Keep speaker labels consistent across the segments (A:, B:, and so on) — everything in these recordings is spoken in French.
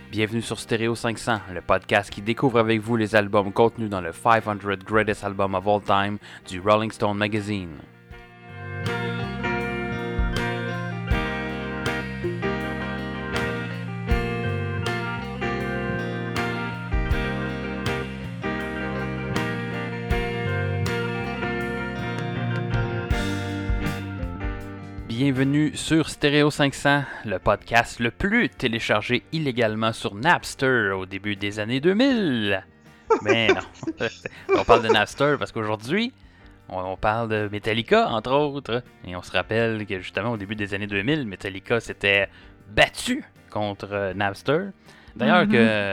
A: Bienvenue sur Stereo 500, le podcast qui découvre avec vous les albums contenus dans le 500 Greatest Albums of All Time du Rolling Stone Magazine. Bienvenue sur Stereo 500, le podcast le plus téléchargé illégalement sur Napster au début des années 2000. Mais non, on parle de Napster parce qu'aujourd'hui, on parle de Metallica, entre autres. Et on se rappelle que justement, au début des années 2000, Metallica s'était battu contre Napster. D'ailleurs,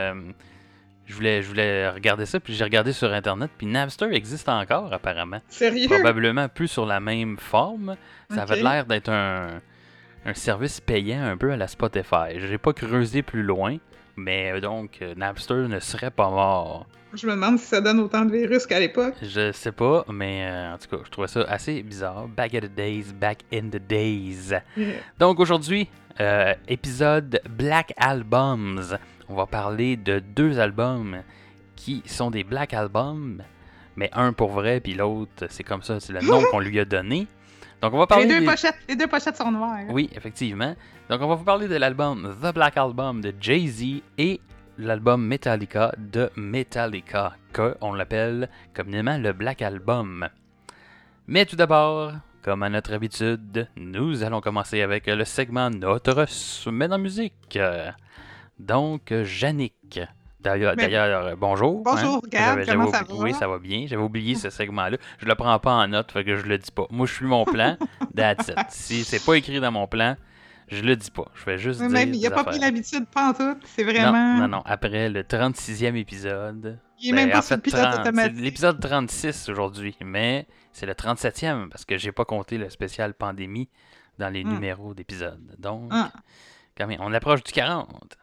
A: je voulais regarder ça, puis j'ai regardé sur Internet, puis Napster existe encore, apparemment.
B: Sérieux?
A: Probablement plus sur la même forme. Ça avait l'air d'être un service payant un peu à la Spotify. J'ai pas creusé plus loin, mais donc Napster ne serait pas mort.
B: Je me demande si ça donne autant de virus qu'à l'époque.
A: Je sais pas, mais en tout cas, je trouvais ça assez bizarre. Back in the days.
B: Yeah.
A: Donc aujourd'hui, épisode Black Albums. On va parler de deux albums qui sont des Black Albums, mais un pour vrai, puis l'autre, c'est comme ça, c'est le nom qu'on lui a donné. Donc on va parler
B: les deux pochettes sont noires.
A: Oui, effectivement. Donc on va vous parler de l'album The Black Album de Jay-Z et l'album Metallica de Metallica, qu'on l'appelle communément le Black Album. Mais tout d'abord, comme à notre habitude, nous allons commencer avec le segment Notre semaine en musique. Donc, Yannick. D'ailleurs, bonjour.
B: Bonjour, Gab, comment ça va?
A: Oui, ça va bien. J'avais oublié ce segment-là. Je le prends pas en note, fait que je le dis pas. Moi, je suis mon plan, that's it. Si c'est pas écrit dans mon plan, je le dis pas. Je vais juste dire
B: Même, il a pas pris l'habitude, pas en tout. C'est vraiment...
A: Non. Après le 36e épisode...
B: Il est même pas sur le pilote automatique.
A: C'est l'épisode 36 aujourd'hui, mais c'est le 37e, parce que j'ai pas compté le spécial pandémie dans les numéros d'épisodes. Donc, quand même, on approche du 40.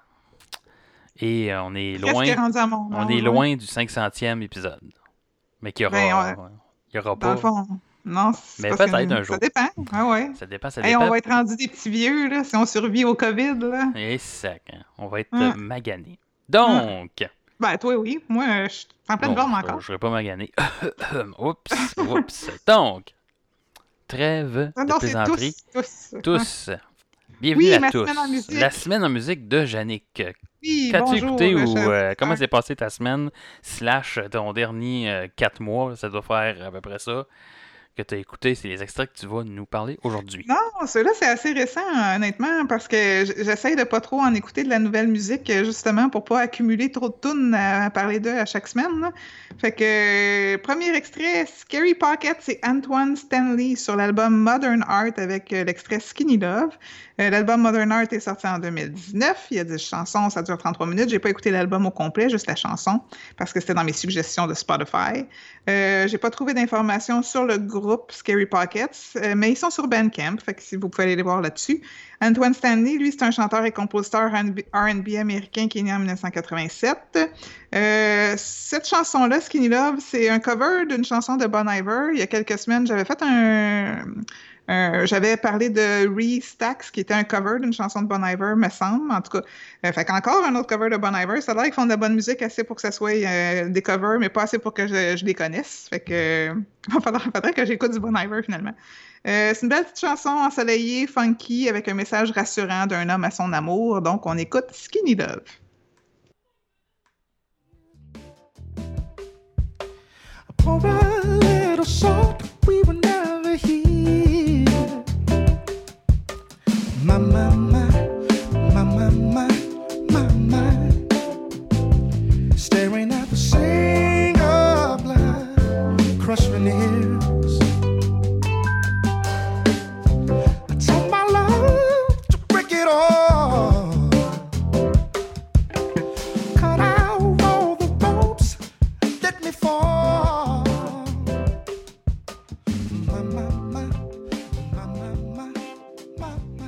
A: Et on est loin loin du 500e épisode. Mais qu'il y aura, il y aura pas.
B: Dans le fond, non,
A: mais peut-être un jour.
B: Ça dépend. Ah ouais.
A: Ça dépend.
B: On va être rendu des petits vieux là, si on survit au COVID. Là.
A: Et sac. Hein. On va être maganés. Donc.
B: Ben, toi, oui. Moi, je suis en pleine forme encore.
A: Je serai pas magané. Oups. Donc, trêve de plaisanterie. Tous. Bienvenue à tous. La semaine en musique de Yannick.
B: Oui,
A: qu'as-tu écouté ou comment s'est passée ta semaine / ton dernier 4 mois? Ça doit faire à peu près ça que tu as écouté. C'est les extraits que tu vas nous parler aujourd'hui.
B: Non, ceux-là, c'est assez récent, honnêtement, parce que j'essaye de pas trop en écouter de la nouvelle musique, justement, pour pas accumuler trop de tunes à parler d'eux à chaque semaine. Là. Fait que, premier extrait, Scary Pocket, c'est Antoine Stanley sur l'album Modern Art avec l'extrait Skinny Love. L'album Modern Art est sorti en 2019. Il y a 10 chansons, ça dure 33 minutes. J'ai pas écouté l'album au complet, juste la chanson, parce que c'était dans mes suggestions de Spotify. J'ai pas trouvé d'informations sur le groupe Scary Pockets, mais ils sont sur Bandcamp, fait que si vous pouvez aller les voir là-dessus. Antoine Stanley, lui, c'est un chanteur et compositeur R&B américain qui est né en 1987. Cette chanson-là, Skinny Love, c'est un cover d'une chanson de Bon Iver. Il y a quelques semaines, j'avais fait j'avais parlé de Re-Stax, qui était un cover d'une chanson de Bon Iver, me semble, en tout cas. Fait qu'encore un autre cover de Bon Iver. Ça a l'air qu'ils font de la bonne musique assez pour que ça soit des covers, mais pas assez pour que je les connaisse. Fait que faudrait que j'écoute du Bon Iver, finalement. C'est une belle petite chanson ensoleillée, funky, avec un message rassurant d'un homme à son amour. Donc, on écoute Skinny Love.
C: Pour a little salt, we were never here. My, staring at the single blind, crushed veneers. I told my love to break it off, cut out all the ropes, let me fall.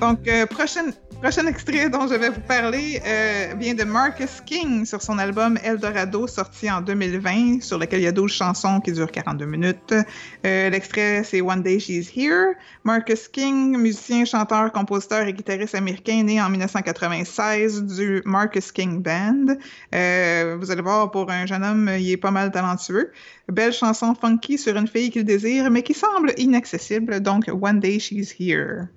B: Donc, prochain extrait dont je vais vous parler vient de Marcus King sur son album Eldorado, sorti en 2020, sur lequel il y a 12 chansons qui durent 42 minutes. L'extrait, c'est One Day She's Here. Marcus King, musicien, chanteur, compositeur et guitariste américain, né en 1996 du Marcus King Band. Vous allez voir, pour un jeune homme, il est pas mal talentueux. Belle chanson funky sur une fille qu'il désire, mais qui semble inaccessible. Donc, One Day She's Here.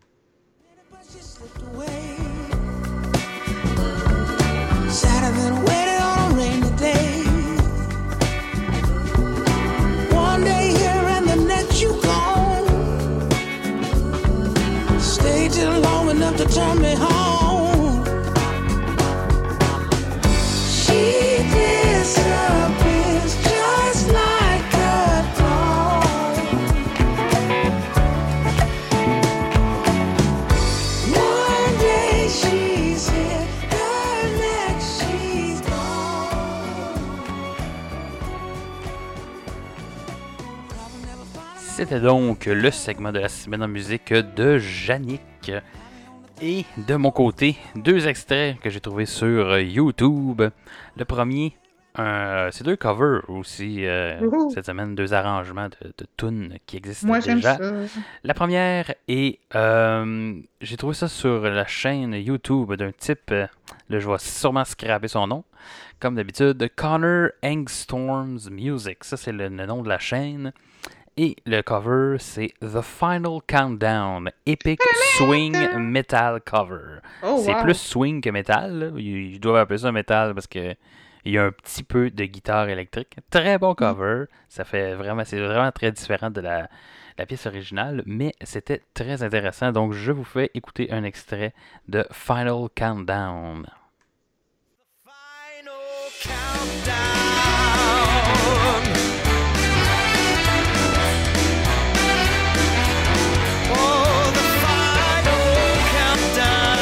C: Sadder than waiting on a rainy day. One day here and the next you gone. Stayed till long enough to turn me home. She disappears just like a dawn. One day she's here, the next she's gone.
A: C'était donc le segment de la semaine en musique de Yannick. Et de mon côté, 2 extraits que j'ai trouvés sur YouTube. Le premier, c'est 2 covers aussi cette semaine, 2 arrangements de tunes qui existent
B: Moi, j'aime
A: déjà.
B: ça.
A: La première est, j'ai trouvé ça sur la chaîne YouTube d'un type, là je vais sûrement scraper son nom, comme d'habitude, Connor Angstorm's Music. Ça c'est le nom de la chaîne. Et le cover, c'est The Final Countdown, Epic Swing Metal Cover.
B: Oh,
A: C'est
B: wow.
A: plus swing que metal, là. Ils doivent appeler ça metal parce que il y a un petit peu de guitare électrique. Très bon cover. C'est vraiment très différent de la pièce originale, mais c'était très intéressant. Donc, je vous fais écouter un extrait de Final Countdown.
D: Final countdown. Oh, the final countdown.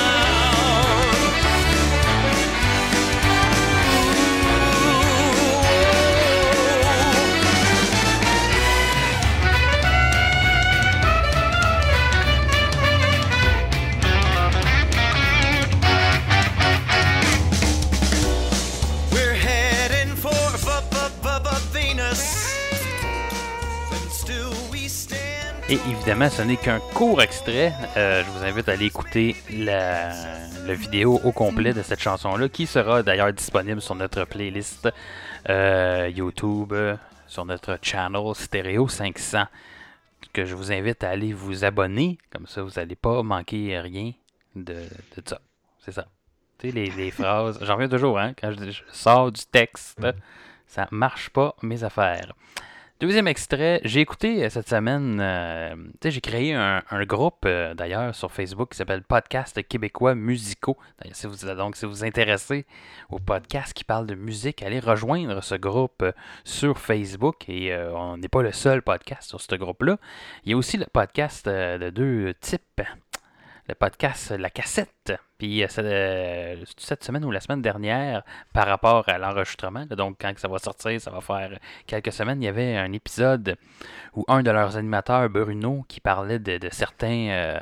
D: We're heading for Venus. And still we stand.
A: Et évidemment, ce n'est qu'un court extrait. Je vous invite à aller écouter la vidéo au complet de cette chanson-là, qui sera d'ailleurs disponible sur notre playlist YouTube, sur notre channel Stereo 500, que je vous invite à aller vous abonner. Comme ça, vous n'allez pas manquer rien de ça. C'est ça. Tu sais, les phrases, j'en reviens toujours, hein, quand je sors du texte, ça marche pas, mes affaires. Deuxième extrait, j'ai écouté cette semaine, j'ai créé un groupe d'ailleurs sur Facebook qui s'appelle Podcast québécois musicaux. D'ailleurs, si vous vous intéressez aux podcasts qui parlent de musique, allez rejoindre ce groupe sur Facebook. Et on n'est pas le seul podcast sur ce groupe-là. Il y a aussi le podcast de 2 types. Le podcast La Cassette. Puis cette semaine ou la semaine dernière, par rapport à l'enregistrement, là, donc quand ça va sortir, ça va faire quelques semaines, il y avait un épisode où un de leurs animateurs, Bruno, qui parlait de certains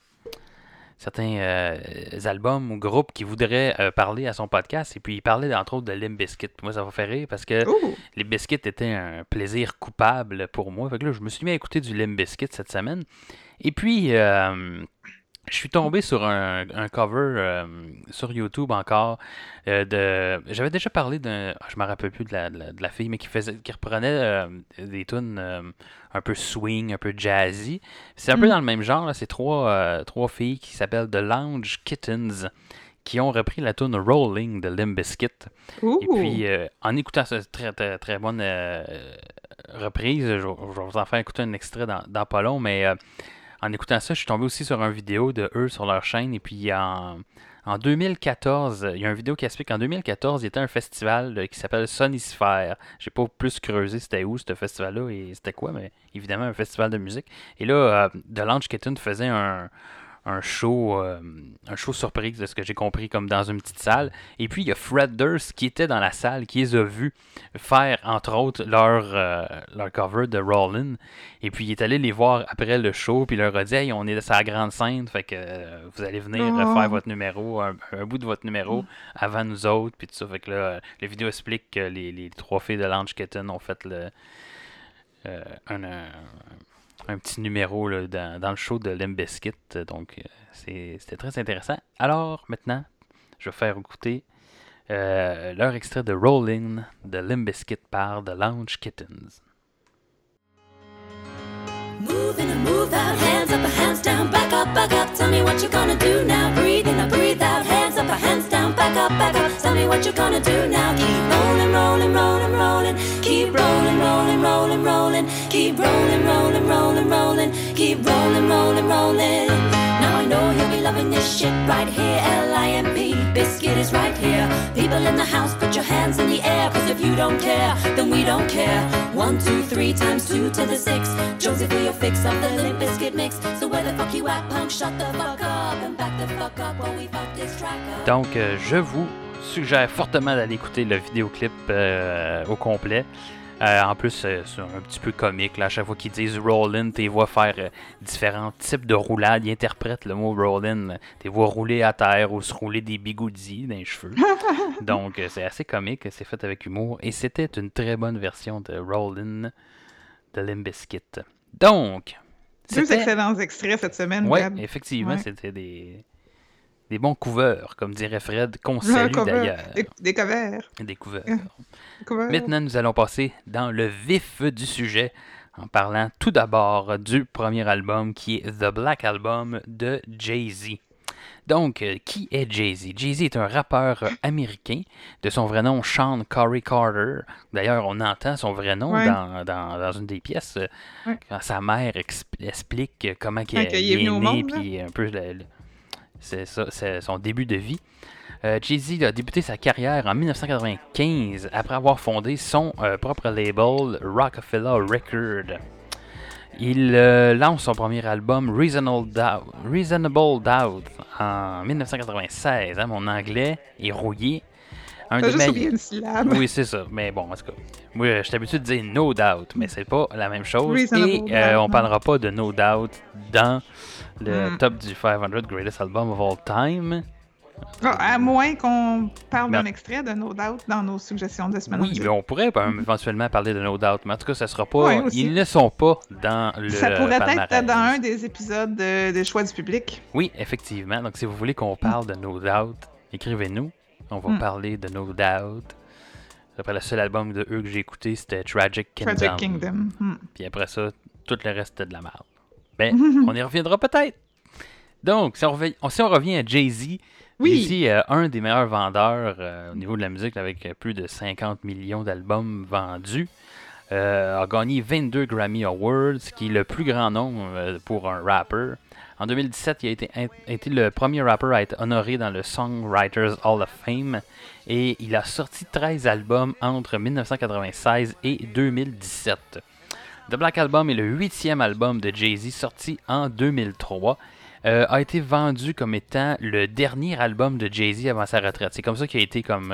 A: albums ou groupes qui voudraient parler à son podcast. Et puis il parlait entre autres de Limp Bizkit. Moi, ça m'a fait rire parce que Limp Bizkit était un plaisir coupable pour moi. Fait que là, je me suis mis à écouter du Limp Bizkit cette semaine. Et puis... je suis tombé sur un cover sur YouTube encore j'avais déjà parlé je me rappelle plus de la fille, mais qui reprenait des tunes un peu swing, un peu jazzy. C'est un peu dans le même genre, là. C'est trois filles qui s'appellent The Lounge Kittens, qui ont repris la tune Rolling de Limp Bizkit. Et puis en écoutant cette très, très, très bonne reprise, je vais vous en faire écouter un extrait dans pas long, mais en écoutant ça, je suis tombé aussi sur une vidéo de eux sur leur chaîne. Et puis en 2014, il y a une vidéo qui explique qu'en 2014, il y était un festival qui s'appelle Sonisphere. J'ai pas plus creusé c'était où ce festival-là et c'était quoi, mais évidemment un festival de musique. Et là, The Lounge Kitten faisait un un show surprise, de ce que j'ai compris, comme dans une petite salle. Et puis, il y a Fred Durst qui était dans la salle, qui les a vus faire, entre autres, leur cover de Rollin'. Et puis, il est allé les voir après le show, puis il leur a dit « Hey, on est sur la grande scène, fait que vous allez venir faire votre numéro, un bout de votre numéro avant nous autres. » Puis tout ça, fait que là, la vidéo explique que les trois filles de Lounge Kitten ont fait un petit numéro là, dans le show de Limp Bizkit. Donc, c'était très intéressant. Alors, maintenant, je vais faire écouter leur extrait de Rollin' de Limp Bizkit par The Lounge Kittens.
E: Move in and move out, hands up, hands down, back up, back up. Tell me what you're gonna do now. Breathe in, breathe out, hands up, hands down, back up, back up. Tell me what you're gonna do now. Keep rolling, rolling, rolling, rolling. Keep rolling, rolling, rolling, rolling. Keep rolling, rolling, rolling, rolling. Keep rolling, rolling, rolling. Now I know you'll be loving this shit right here. L-I-M-P, Biscuit is right here. People in the house, put your hands in the air. Cause if you don't care, then we don't care. 1, 2, 3 times 2 to the 6. Joseph, we'll fix up the Limp Bizkit mix. So where the fuck you at, punk? Shut the fuck up and back the fuck up while we fuck this track up.
A: Donc, je vous suggère fortement d'aller écouter le vidéoclip au complet. En plus, c'est un petit peu comique. Là, à chaque fois qu'ils disent Rollin', t'es vois faire différents types de roulades. Ils interprètent le mot Rollin'. T'es vois rouler à terre ou se rouler des bigoudis dans les cheveux. Donc, c'est assez comique. C'est fait avec humour. Et c'était une très bonne version de Rollin' de Limp Bizkit. Donc,
B: deux excellents extraits cette semaine.
A: Oui,
B: Gab.
A: effectivement,
B: Ouais.
A: c'était des bons couverts, comme dirait Fred, qu'on salue d'ailleurs.
B: Des covers.
A: Des couverts.
B: Covers.
A: Maintenant, nous allons passer dans le vif du sujet en parlant tout d'abord du premier album qui est The Black Album de Jay-Z. Donc, qui est Jay-Z? Jay-Z est un rappeur américain, de son vrai nom Sean Corey Carter. D'ailleurs, on entend son vrai nom
B: Ouais.
A: dans une des pièces,
B: Ouais.
A: quand sa mère explique comment
B: Quand il est
A: il
B: venu au
A: né,
B: monde,
A: puis un peu c'est ça, c'est son début de vie. Jay-Z a débuté sa carrière en 1995 après avoir fondé son propre label Rockefeller Records. Il lance son premier album Reasonable Doubt en 1996. Hein, mon anglais est rouillé. Un
B: T'as
A: de
B: juste
A: mes-
B: oublié une syllabe.
A: Oui, c'est ça. Mais bon, en tout cas, moi, je suis habitué de dire No Doubt, mais c'est pas la même chose.
B: Reasonable
A: Et
B: Doubt,
A: on
B: non.
A: parlera pas de No Doubt dans le top du 500 Greatest Album of All Time.
B: Ah, à moins qu'on parle
A: Ben-
B: d'un extrait de No Doubt dans nos suggestions de la semaine.
A: Oui, mais on pourrait éventuellement parler de No Doubt, mais en tout cas, ça sera pas.
B: Ouais, aussi.
A: Ils ne sont pas dans le.
B: Ça pourrait
A: palmarès.
B: être dans un des épisodes de choix du public.
A: Oui, effectivement. Donc, si vous voulez qu'on parle de No Doubt, écrivez-nous. On va parler de No Doubt. Après, le seul album de eux que j'ai écouté, c'était Tragic Kingdom.
B: Tragic Kingdom.
A: Puis après ça, tout le reste c'était de la merde. Ben, on y reviendra peut-être. Donc, si on revient à Jay-Z,
B: Oui.
A: Jay-Z, un des meilleurs vendeurs au niveau de la musique, avec plus de 50 millions d'albums vendus, a gagné 22 Grammy Awards, qui est le plus grand nombre pour un rapper. En 2017, il a été le premier rapper à être honoré dans le Songwriters Hall of Fame, et il a sorti 13 albums entre 1996 et 2017. The Black Album est le 8e album de Jay-Z sorti en 2003. A été vendu comme étant le dernier album de Jay-Z avant sa retraite. C'est comme ça qu'il a été comme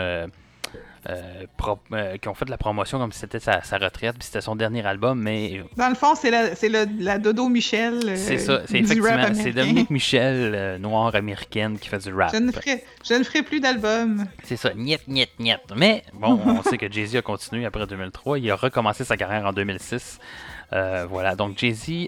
A: qui ont fait de la promotion comme si c'était sa retraite, puis c'était son dernier album, mais
B: Dans le fond, c'est la Dodo Michel
A: c'est ça, c'est
B: du rap
A: effectivement, c'est
B: américain.
A: Dominique Michel, noire américaine, qui fait du rap.
B: Je ne ferai plus d'album.
A: C'est ça, niet. Mais bon, on sait que Jay-Z a continué après 2003. Il a recommencé sa carrière en 2006. Voilà, donc Jay-Z.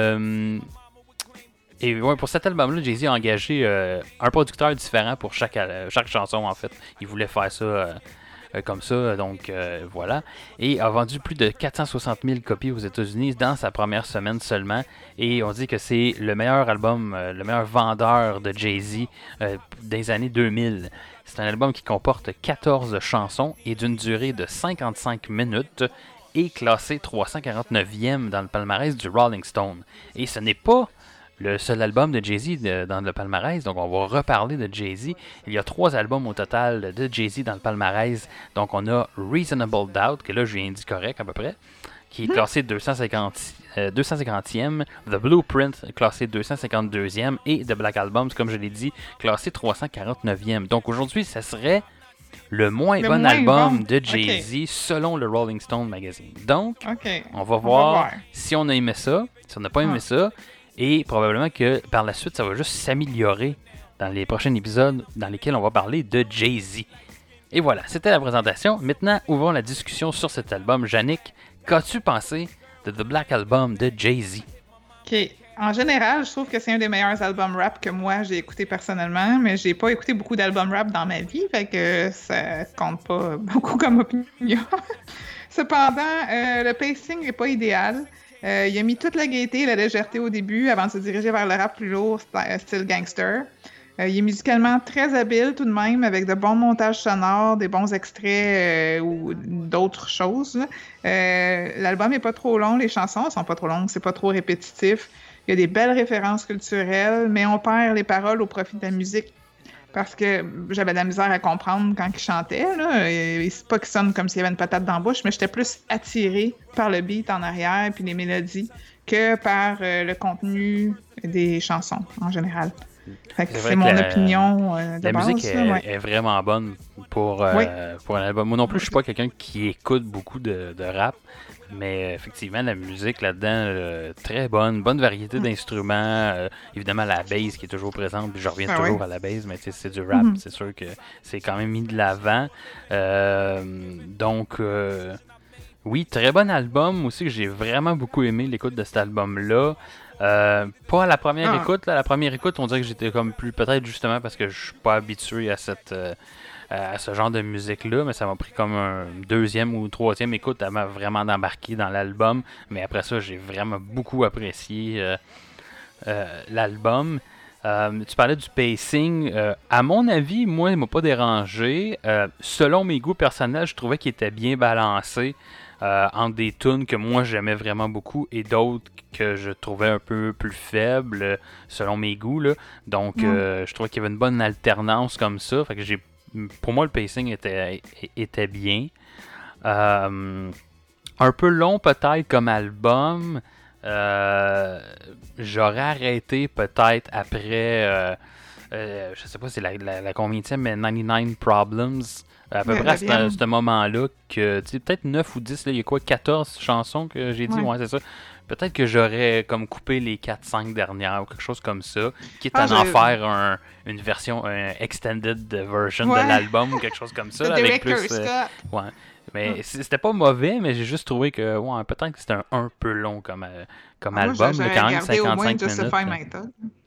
A: Et ouais, pour cet album-là, Jay-Z a engagé un producteur différent pour chaque chanson, en fait. Il voulait faire ça comme ça, donc voilà. Et a vendu plus de 460 000 copies aux États-Unis dans sa première semaine seulement. Et on dit que c'est le meilleur album, le meilleur vendeur de Jay-Z des années 2000. C'est un album qui comporte 14 chansons et d'une durée de 55 minutes et classé 349e dans le palmarès du Rolling Stone. Et ce n'est pas le seul album de Jay-Z dans le palmarès. Donc, on va reparler de Jay-Z. Il y a 3 albums au total de Jay-Z dans le palmarès. Donc, on a Reasonable Doubt, que là, je viens dit correct à peu près, qui est classé 250e. The Blueprint, classé 252e. Et The Black Album, comme je l'ai dit, classé 349e. Donc, aujourd'hui, ça serait le moins bon album de Jay-Z selon le Rolling Stone Magazine. Donc, on va voir si on a aimé ça, si on n'a pas aimé ça. Et probablement que par la suite, ça va juste s'améliorer dans les prochains épisodes dans lesquels on va parler de Jay-Z. Et voilà, c'était la présentation. Maintenant, ouvrons la discussion sur cet album. Yannick, qu'as-tu pensé de The Black Album de Jay-Z?
B: OK. En général, je trouve que c'est un des meilleurs albums rap que moi j'ai écouté personnellement, mais j'ai pas écouté beaucoup d'albums rap dans ma vie, fait que ça compte pas beaucoup comme opinion. Cependant, le pacing n'est pas idéal. Il a mis toute la gaieté et la légèreté au début avant de se diriger vers le rap plus lourd, style gangster. Il est musicalement très habile tout de même, avec de bons montages sonores, des bons extraits ou d'autres choses. L'album est pas trop long, les chansons sont pas trop longues, c'est pas trop répétitif. Il y a des belles références culturelles, mais on perd les paroles au profit de la musique parce que j'avais de la misère à comprendre quand il chantait. Là. C'est pas qu'il sonne comme s'il y avait une patate dans la bouche, mais j'étais plus attirée par le beat en arrière puis les mélodies que par le contenu des chansons en général. Fait que c'est mon opinion de
A: la
B: base.
A: La musique est vraiment bonne pour un album. Moi non plus, je suis pas quelqu'un qui écoute beaucoup de rap, mais effectivement, la musique là-dedans, très bonne variété d'instruments. Évidemment, la bass qui est toujours présente, puis je reviens toujours à la bass, mais c'est du rap, c'est sûr que c'est quand même mis de l'avant. Donc, oui, très bon album aussi, que j'ai vraiment beaucoup aimé l'écoute de cet album-là. Pas à la première écoute. Là. La première écoute, on dirait que j'étais comme plus... Peut-être justement parce que je suis pas habitué à ce genre de musique-là, mais ça m'a pris comme un deuxième ou troisième écoute à vraiment embarquer dans l'album. Mais après ça, j'ai vraiment beaucoup apprécié l'album. Tu parlais du pacing. À mon avis, moi, il m'a pas dérangé. Selon mes goûts personnels, je trouvais qu'il était bien balancé entre des tunes que moi j'aimais vraiment beaucoup et d'autres que je trouvais un peu plus faibles selon mes goûts. Là. Donc, je trouvais qu'il y avait une bonne alternance comme ça. Fait que pour moi, le pacing était bien. Un peu long peut-être comme album. J'aurais arrêté peut-être après, je sais pas c'est la combienième, mais 99 Problems. À peu près à ce moment-là, que peut-être 9 ou 10, là, il y a quoi, 14 chansons que j'ai dit, ouais c'est ça. Peut-être que j'aurais comme coupé les 4-5 dernières ou quelque chose comme ça, quitte à en faire une version, extended version de l'album ou quelque chose comme ça. Là, avec plus, ouais. Mais c'était pas mauvais, mais j'ai juste trouvé que peut-être que c'était un peu long comme album, là, quand même 55 minutes.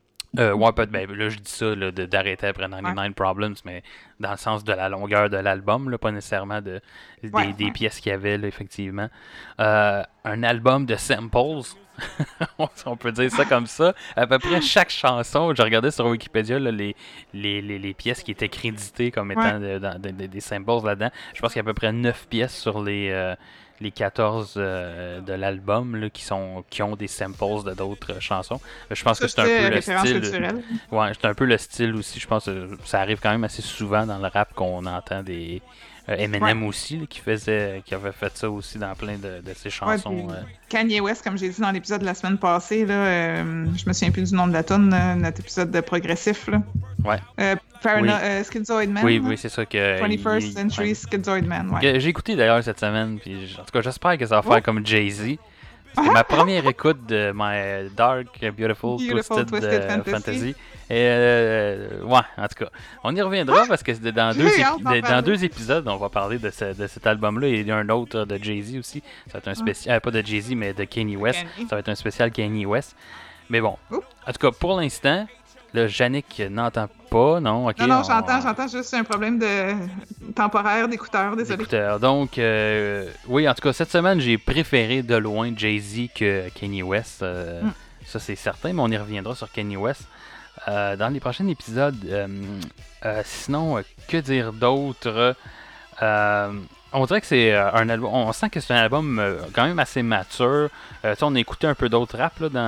A: Là, je dis ça d'arrêter après 99 Problems, mais dans le sens de la longueur de l'album, là, pas nécessairement des pièces qu'il y avait, là, effectivement. Un album de samples, on peut dire ça comme ça. À peu près chaque chanson, j'ai regardé sur Wikipédia là, les pièces qui étaient créditées comme étant des samples là-dedans. Je pense qu'il y a à peu près 9 pièces sur les 14 de l'album là, qui ont des samples de d'autres chansons. Je pense que c'est un peu le style. Ouais, c'est un peu le style aussi. Je pense que ça arrive quand même assez souvent dans le rap qu'on entend des Eminem aussi, là, qui avait fait ça aussi dans plein de ses chansons.
B: Kanye West, comme j'ai dit dans l'épisode de la semaine passée, là, je me souviens plus du nom de la tune, notre épisode de progressif. Là.
A: Ouais.
B: Schizoid Man.
A: Oui, c'est ça que.
B: 21st Century Schizoid Man. Ouais.
A: J'ai écouté d'ailleurs cette semaine, puis en tout cas, j'espère que ça va faire comme Jay-Z. C'était ma première écoute de My Dark, Beautiful Twisted Fantasy. Et ouais, en tout cas, on y reviendra parce que dans deux épisodes, on va parler de cet album-là. Il y a un autre de Jay-Z aussi. Ça va être un spécial, pas de Jay-Z, mais de Kanye West. Ça va être un spécial Kanye West. Mais bon, en tout cas, pour l'instant, là, Yannick n'entend pas, non? Okay,
B: non, j'entends juste un problème de temporaire d'écouteurs, désolé.
A: Donc, oui, en tout cas, cette semaine, j'ai préféré de loin Jay-Z que Kanye West. Ça, c'est certain, mais on y reviendra sur Kanye West dans les prochains épisodes. Sinon, que dire d'autre? On dirait que c'est un album. On sent que c'est un album quand même assez mature. Tu sais, on a écouté un peu d'autres rap là,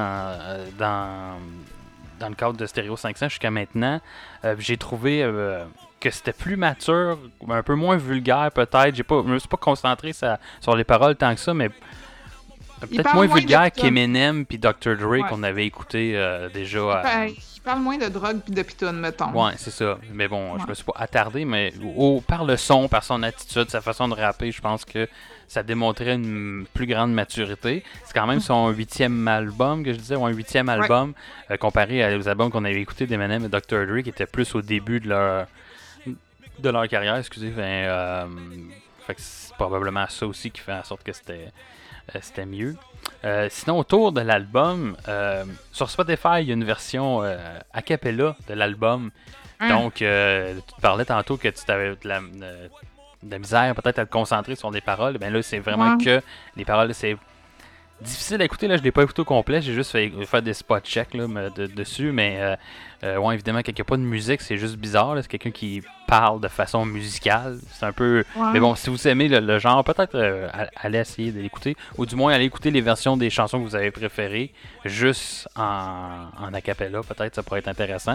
A: dans le cadre de Stereo 500 jusqu'à maintenant. J'ai trouvé que c'était plus mature, un peu moins vulgaire peut-être. Je me suis pas concentré sur les paroles tant que ça, mais peut-être
B: parle
A: moins
B: moins
A: vulgaire
B: de-
A: qu'Eminem puis Dr. Dre
B: Ouais.
A: qu'on avait écouté déjà.
B: Il parle moins de drogue puis de pitoune, mettons.
A: Ouais, c'est ça. Mais bon, je
B: Ouais.
A: me suis pas attardé, mais par le son, par son attitude, sa façon de rapper, je pense que ça démontrait une plus grande maturité. C'est quand même son 8e album, que je disais, ou un 8e album, comparé aux albums qu'on avait écoutés d'Eminem et Dr. Dre, qui étaient plus au début de leur carrière, excusez. Fait que c'est probablement ça aussi qui fait en sorte que c'était mieux. Sinon, autour de l'album, sur Spotify, il y a une version a cappella de l'album. Donc, tu te parlais tantôt que tu avais de la misère peut-être à te concentrer sur des paroles. Ben là, c'est vraiment que les paroles, c'est difficile à écouter. Là, je l'ai pas écouté au complet. J'ai juste fait faire des spot checks là, dessus. Mais ouais, évidemment, quand il n'y a pas de musique, c'est juste bizarre. Là. C'est quelqu'un qui parle de façon musicale. C'est un peu.
B: Ouais.
A: Mais bon, si vous aimez le genre, peut-être allez essayer de l'écouter. Ou du moins, allez écouter les versions des chansons que vous avez préférées. Juste en acapella, peut-être, ça pourrait être intéressant.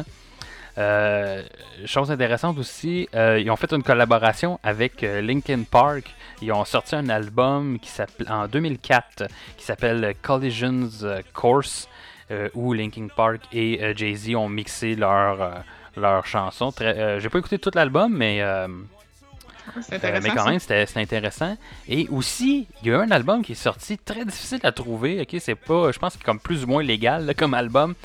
A: Chose intéressante aussi, ils ont fait une collaboration avec Linkin Park. Ils ont sorti un album en 2004 qui s'appelle Collisions Course, où Linkin Park et Jay-Z ont mixé leurs chansons. J'ai pas écouté tout l'album, mais
B: C'est intéressant.
A: mais quand
B: ça.
A: même, c'était intéressant. Et aussi, il y a eu un album qui est sorti très difficile à trouver. Ok, c'est pas, je pense, que comme plus ou moins légal là, comme album.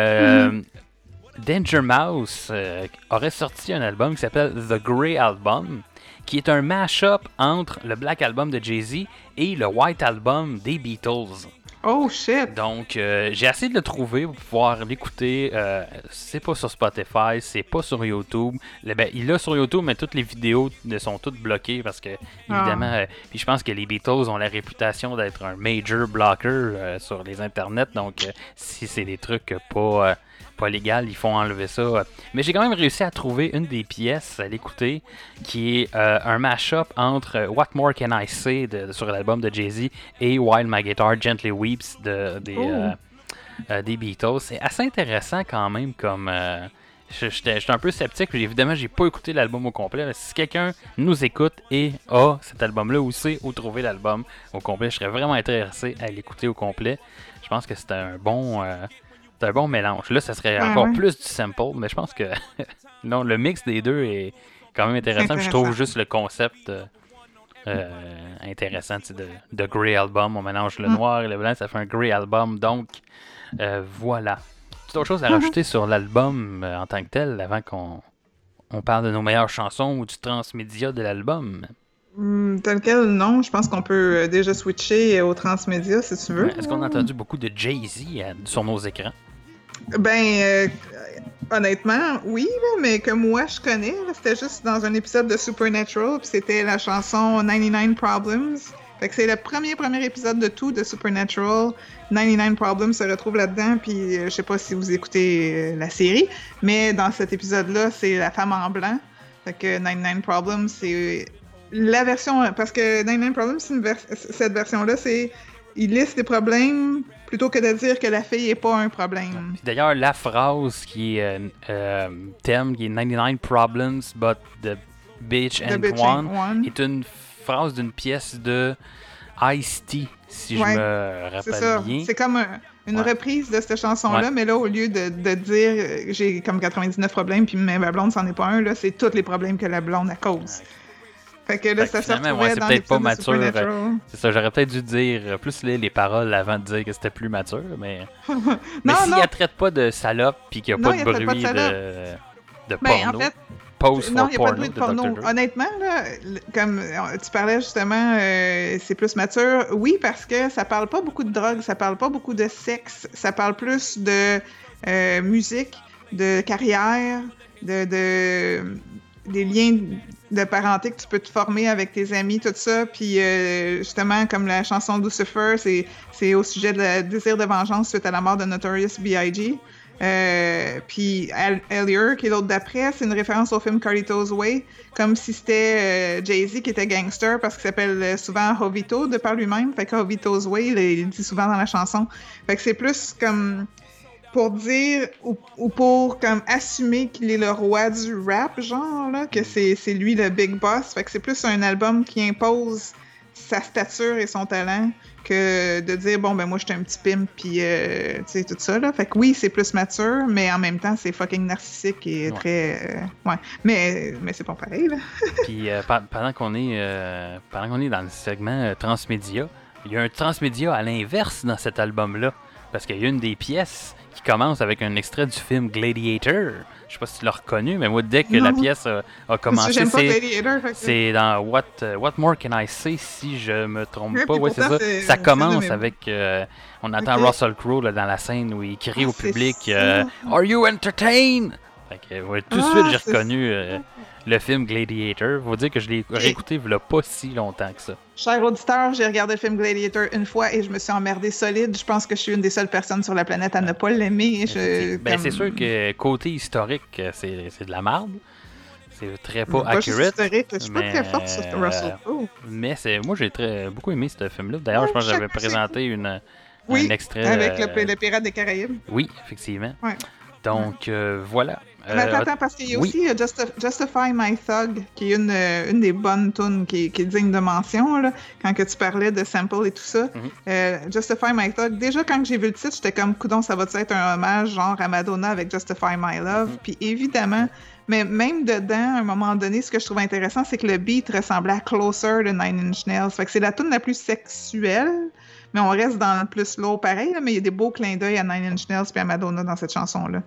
A: Danger Mouse aurait sorti un album qui s'appelle The Grey Album, qui est un mash-up entre le Black Album de Jay-Z et le White Album des Beatles.
B: Oh shit!
A: Donc, j'ai essayé de le trouver pour pouvoir l'écouter. C'est pas sur Spotify, c'est pas sur YouTube. Il l'a sur YouTube, mais toutes les vidéos sont toutes bloquées parce que, évidemment, puis je pense que les Beatles ont la réputation d'être un major blocker sur les internets. Donc, si c'est des trucs pas légal, ils font enlever ça. Mais j'ai quand même réussi à trouver une des pièces à l'écouter qui est un mash-up entre What More Can I Say sur l'album de Jay-Z et While My Guitar Gently Weeps des Beatles. C'est assez intéressant quand même comme... J'étais un peu sceptique, puis évidemment, j'ai pas écouté l'album au complet. Si quelqu'un nous écoute et a cet album-là ou sait où trouver l'album au complet, je serais vraiment intéressé à l'écouter au complet. Je pense que c'est un bon... c'est un bon mélange. Là, ça serait encore plus du sample, mais je pense que non, le mix des deux est quand même intéressant. Puis je trouve juste le concept intéressant de Grey Album. On mélange le noir et le blanc, ça fait un Grey Album. Donc, voilà. Toute autre chose à rajouter sur l'album en tant que tel, avant qu'on parle de nos meilleures chansons ou du transmédia de l'album?
B: Tel quel, non. Je pense qu'on peut déjà switcher au transmédia, si tu veux.
A: Est-ce qu'on a entendu beaucoup de Jay-Z sur nos écrans?
B: Ben, honnêtement, oui, là, mais que moi je connais, là, c'était juste dans un épisode de Supernatural, puis c'était la chanson 99 Problems. Fait que c'est le premier épisode de tout de Supernatural. 99 Problems se retrouve là-dedans, puis je sais pas si vous écoutez la série, mais dans cet épisode-là, c'est la femme en blanc. Fait que 99 Problems, c'est la version... Parce que 99 Problems, cette version-là, c'est... Il liste les problèmes plutôt que de dire que la fille n'est pas un problème.
A: D'ailleurs, la phrase qui est thème, qui est 99 problems, but the bitch ain't one, est une phrase d'une pièce de Ice-T, si je me rappelle
B: c'est ça.
A: bien.
B: C'est comme une reprise de cette chanson-là, mais là, au lieu de dire j'ai comme 99 problèmes, puis ma blonde, c'en est pas un, là, c'est tous les problèmes que la blonde a cause. Fait que là, ça se retrouvait
A: c'est
B: dans
A: peut-être pas
B: l'épisode de
A: mature.
B: Supernatural.
A: C'est ça, j'aurais peut-être dû dire plus les paroles avant de dire que c'était plus mature, mais... mais
B: Non,
A: s'il
B: non.
A: ne traite pas de salope puis qu'il n'y a
B: Non,
A: pas de
B: il traite pas de
A: bruit
B: salope.
A: de
B: Ben,
A: porno,
B: en fait,
A: pause
B: non,
A: for
B: il n'y a pas de
A: porno
B: bruit de
A: de
B: porno.
A: Dr. Dre.
B: Honnêtement, là, comme tu parlais justement, c'est plus mature. Oui, parce que ça parle pas beaucoup de drogue, ça parle pas beaucoup de sexe, ça parle plus de musique, de carrière, des liens de parenté que tu peux te former avec tes amis, tout ça. Puis justement, comme la chanson Lucifer, c'est au sujet de désir de vengeance suite à la mort de Notorious B.I.G. Puis Hellier, qui est l'autre d'après, c'est une référence au film Carlito's Way, comme si c'était Jay-Z qui était gangster parce qu'il s'appelle souvent Jovito de par lui-même. Fait que Jovito's Way, il dit souvent dans la chanson. Fait que c'est plus comme pour dire ou pour comme assumer qu'il est le roi du rap, genre, là, que c'est lui le big boss. Fait que c'est plus un album qui impose sa stature et son talent que de dire, bon, ben moi, j'étais un petit pimp, puis, tu sais, tout ça, là. Fait que oui, c'est plus mature, mais en même temps, c'est fucking narcissique et très... ouais. Mais c'est pas pareil, là.
A: Puis pendant qu'on est dans le segment transmédia, il y a un transmédia à l'inverse dans cet album-là. Parce qu'il y a une des pièces qui commence avec un extrait du film Gladiator. Je sais pas si tu l'as reconnu, mais moi, dès que la pièce a commencé,
B: J'aime pas Gladiator, fait que...
A: c'est dans What More Can I Say, si je me trompe
B: Ouais,
A: pas.
B: puis
A: Ouais, c'est
B: pourtant,
A: ça. Ça commence
B: c'est
A: avec... on entend
B: Ok.
A: Russell Crowe là, dans la scène où il crie au
B: c'est
A: public
B: ça.
A: Are you entertained? Fait que, ouais, tout de
B: Ah,
A: suite, j'ai
B: c'est
A: reconnu le film Gladiator. Faut dire que je l'ai réécouté il y a pas si longtemps que ça.
B: Cher auditeur, j'ai regardé le film Gladiator une fois et je me suis emmerdée solide. Je pense que je suis une des seules personnes sur la planète à ne pas l'aimer.
A: Ben, c'est sûr que côté historique, c'est de la merde. C'est très pas
B: Pas juste
A: accurate.
B: historique, je suis pas
A: mais,
B: très forte sur Russell Crowe.
A: Mais moi, j'ai beaucoup aimé ce film-là. D'ailleurs, je pense que j'avais présenté un extrait.
B: Avec le Pirate des Caraïbes.
A: Oui, effectivement.
B: Ouais.
A: Donc, voilà.
B: Mais attends, parce qu'il y a
A: oui.
B: aussi Justify My Thug, qui est une des bonnes tunes qui est digne de mention, là, quand que tu parlais de sample et tout ça. Justify My Thug, déjà quand j'ai vu le titre, j'étais comme, coudonc, ça va être un hommage genre à Madonna avec Justify My Love. Puis évidemment, mais même dedans, à un moment donné, ce que je trouve intéressant, c'est que le beat ressemblait à Closer de Nine Inch Nails. Fait que c'est la tune la plus sexuelle, mais on reste dans le plus low pareil, là, mais il y a des beaux clins d'œil à Nine Inch Nails et à Madonna dans cette chanson-là.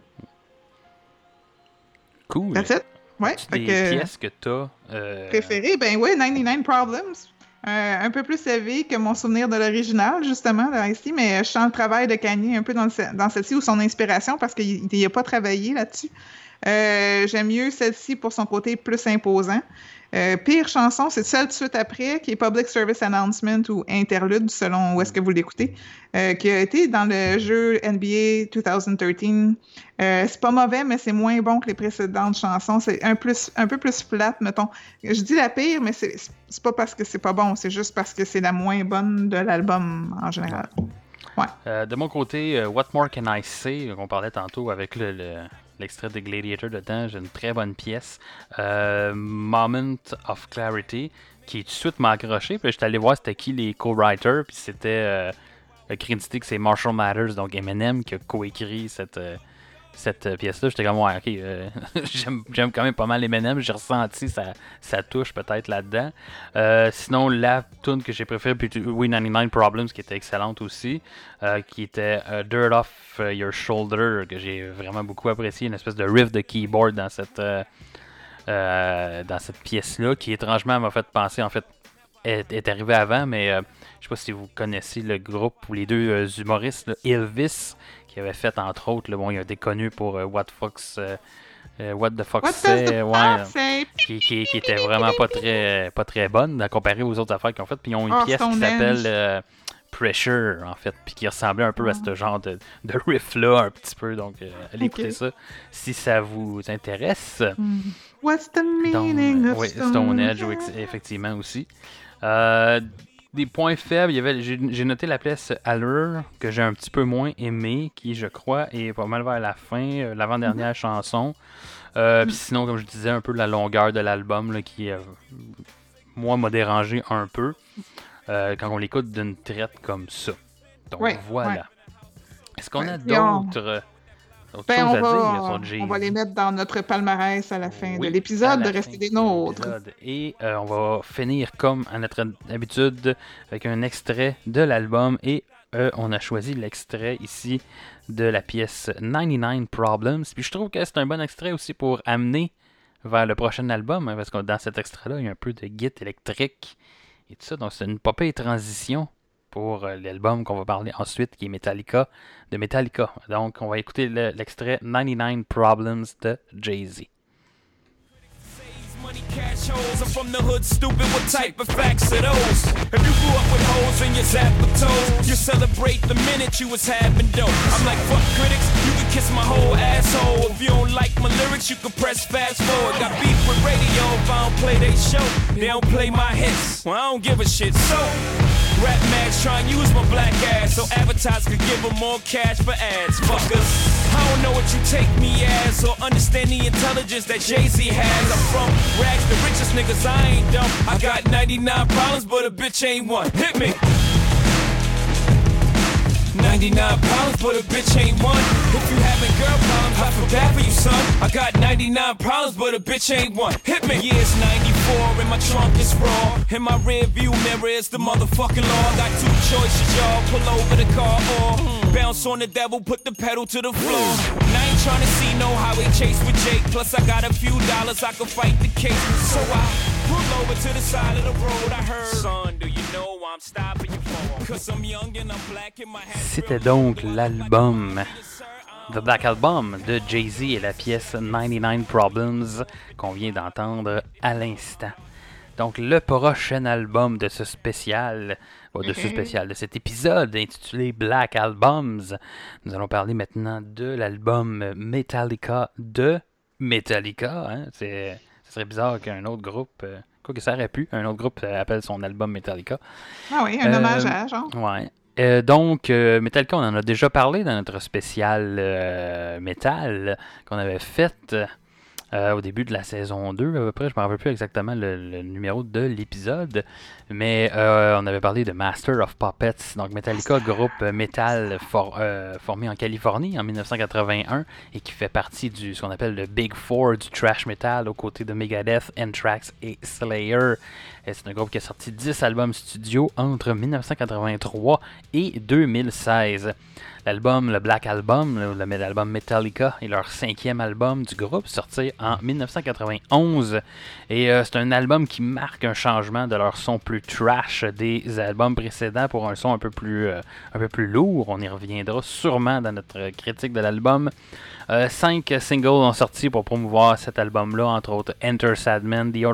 A: Cool.
B: That's it? Ouais.
A: As-tu des pièces que t'as
B: préférées? Ben oui, 99 Problems. Un peu plus élevé que mon souvenir de l'original, justement, de Ice-T, mais je sens le travail de Kanye un peu dans celle-ci ou son inspiration parce qu'il n'a pas travaillé là-dessus. J'aime mieux celle-ci pour son côté plus imposant. Pire chanson, c'est celle tout de suite après, qui est Public Service Announcement ou Interlude, selon où est-ce que vous l'écoutez, qui a été dans le jeu NBA 2013. C'est pas mauvais, mais c'est moins bon que les précédentes chansons. C'est un peu plus flat, mettons. Je dis la pire, mais c'est pas parce que c'est pas bon, c'est juste parce que c'est la moins bonne de l'album en général. Ouais.
A: De mon côté, What More Can I Say, qu'on parlait tantôt avec l'extrait de Gladiator dedans, j'ai une très bonne pièce. Moment of Clarity, qui tout de suite m'a accroché. Puis j'étais allé voir c'était qui les co-writers, puis c'était crédité que c'est Marshall Mathers, donc Eminem, qui a coécrit cette pièce-là. J'étais comme, ouais, ok, j'aime quand même pas mal Eminem. J'ai ressenti sa touche peut-être là-dedans. Sinon, la tune que j'ai préférée, puis oui, 99 Problems, qui était excellente aussi, qui était Dirt Off Your Shoulder, que j'ai vraiment beaucoup apprécié. Une espèce de riff de keyboard dans cette pièce-là, qui étrangement m'a fait penser, en fait, est arrivé avant, mais je sais pas si vous connaissez le groupe ou les deux humoristes, là, Elvis, qui avait fait entre autres, là, bon, il a été connu pour What the Fuck Say, qui était vraiment pas très bonne comparé aux autres affaires qu'ils ont faites. Puis ils ont une pièce qui s'appelle Pressure, en fait, puis qui ressemblait un peu à ce genre de riff-là, un petit peu. Donc, allez écouter ça si ça vous intéresse.
B: What's the meaning of
A: Stone Edge, oui, effectivement aussi. Des points faibles, j'ai noté la pièce Allure, que j'ai un petit peu moins aimé, qui, je crois, est pas mal vers la fin, l'avant-dernière chanson. Puis sinon, comme je disais, un peu la longueur de l'album, là, qui, moi, m'a dérangé un peu quand on l'écoute d'une traite comme ça. Donc, voilà.
B: Ouais.
A: Est-ce qu'on a d'autres...
B: on va les mettre dans notre palmarès à la fin de l'épisode, de rester des nôtres.
A: Et on va finir comme à notre habitude avec un extrait de l'album. Et on a choisi l'extrait ici de la pièce 99 Problems. Puis je trouve que c'est un bon extrait aussi pour amener vers le prochain album, hein, parce que dans cet extrait-là, il y a un peu de guitare électrique et tout ça. Donc c'est une popée transition pour l'album qu'on va parler ensuite, qui est Metallica, de Metallica. Donc, on va écouter l'extrait 99 Problems de Jay-Z.
D: Money, cash,
F: chose. I'm from the hood, stupid. What type of facts are those? If you grew up with holes in your zap of toes, you celebrate the minute you was having dope. I'm like, fuck critics, you can kiss my whole asshole. If you don't like my lyrics, you can press fast forward. Got beef with radio if I don't play they show. They don't play my hits, well I don't give a shit. So, rap mags try and use my black ass so advertisers could give them more cash for ads. Fuckers, I don't know what you take me as or understand the intelligence that Jay-Z has. I'm from rags, the richest niggas, I ain't dumb. I got 99 problems, but a bitch ain't one. Hit me. 99 problems, but a bitch ain't one. If you having girl problems, I feel bad for you, son. I got 99 problems, but a bitch ain't one. Hit me. Yeah, it's 94 and my trunk is raw. In my rear view mirror is the motherfucking law. I got two choices, y'all. Pull over the car or bounce on the devil, put the pedal to the floor. And I ain't trying to see no highway chase with Jake. Plus I got a few dollars, I can fight the case. So I pull over to the side of the road. I heard, son, do you know I'm stopping you for? Cause I'm young and I'm black in my hat.
A: C'était donc l'album The Black Album de Jay-Z et la pièce 99 Problems qu'on vient d'entendre à l'instant. Donc le prochain album de ce spécial, de cet épisode intitulé Black Albums, nous allons parler maintenant de l'album Metallica de Metallica. Hein? Ce serait bizarre qu'un autre groupe... Quoi que ça aurait pu, un autre groupe appelle son album Metallica.
B: Ah oui, un hommage à genre.
A: Ouais. Donc, Metallica, on en a déjà parlé dans notre spécial métal qu'on avait fait au début de la saison 2, à peu près. Je ne me rappelle plus exactement le numéro de l'épisode, mais on avait parlé de Master of Puppets. Donc, Metallica, groupe métal formé en Californie en 1981 et qui fait partie du ce qu'on appelle le Big Four du thrash metal aux côtés de Megadeth, Anthrax et Slayer. Et c'est un groupe qui a sorti 10 albums studio entre 1983 et 2016. L'album, le Black Album, l'album Metallica, est leur 5e album du groupe, sorti en 1991. Et c'est un album qui marque un changement de leur son plus trash des albums précédents pour un son un peu plus lourd. On y reviendra sûrement dans notre critique de l'album. 5 singles ont sorti pour promouvoir cet album-là, entre autres Enter Sadman, The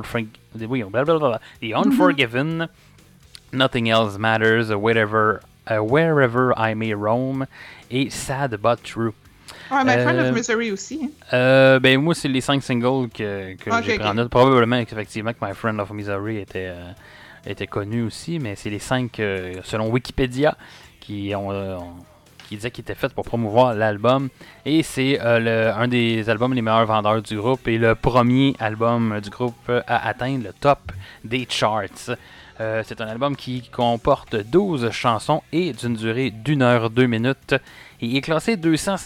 A: Unforgiven, Nothing Else Matters, Wherever I May Roam et Sad But True.
B: Ouais, My Friend of Misery aussi. Hein?
A: Ben moi, c'est les 5 singles que j'ai pris en note. Probablement effectivement que My Friend of Misery était connu aussi, mais c'est les 5 selon Wikipédia qui disait qu'il était fait pour promouvoir l'album. Et c'est un des albums les meilleurs vendeurs du groupe et le premier album du groupe à atteindre le top des charts. C'est un album qui comporte 12 chansons et d'une durée d'1 heure 2 minutes. Et il est classé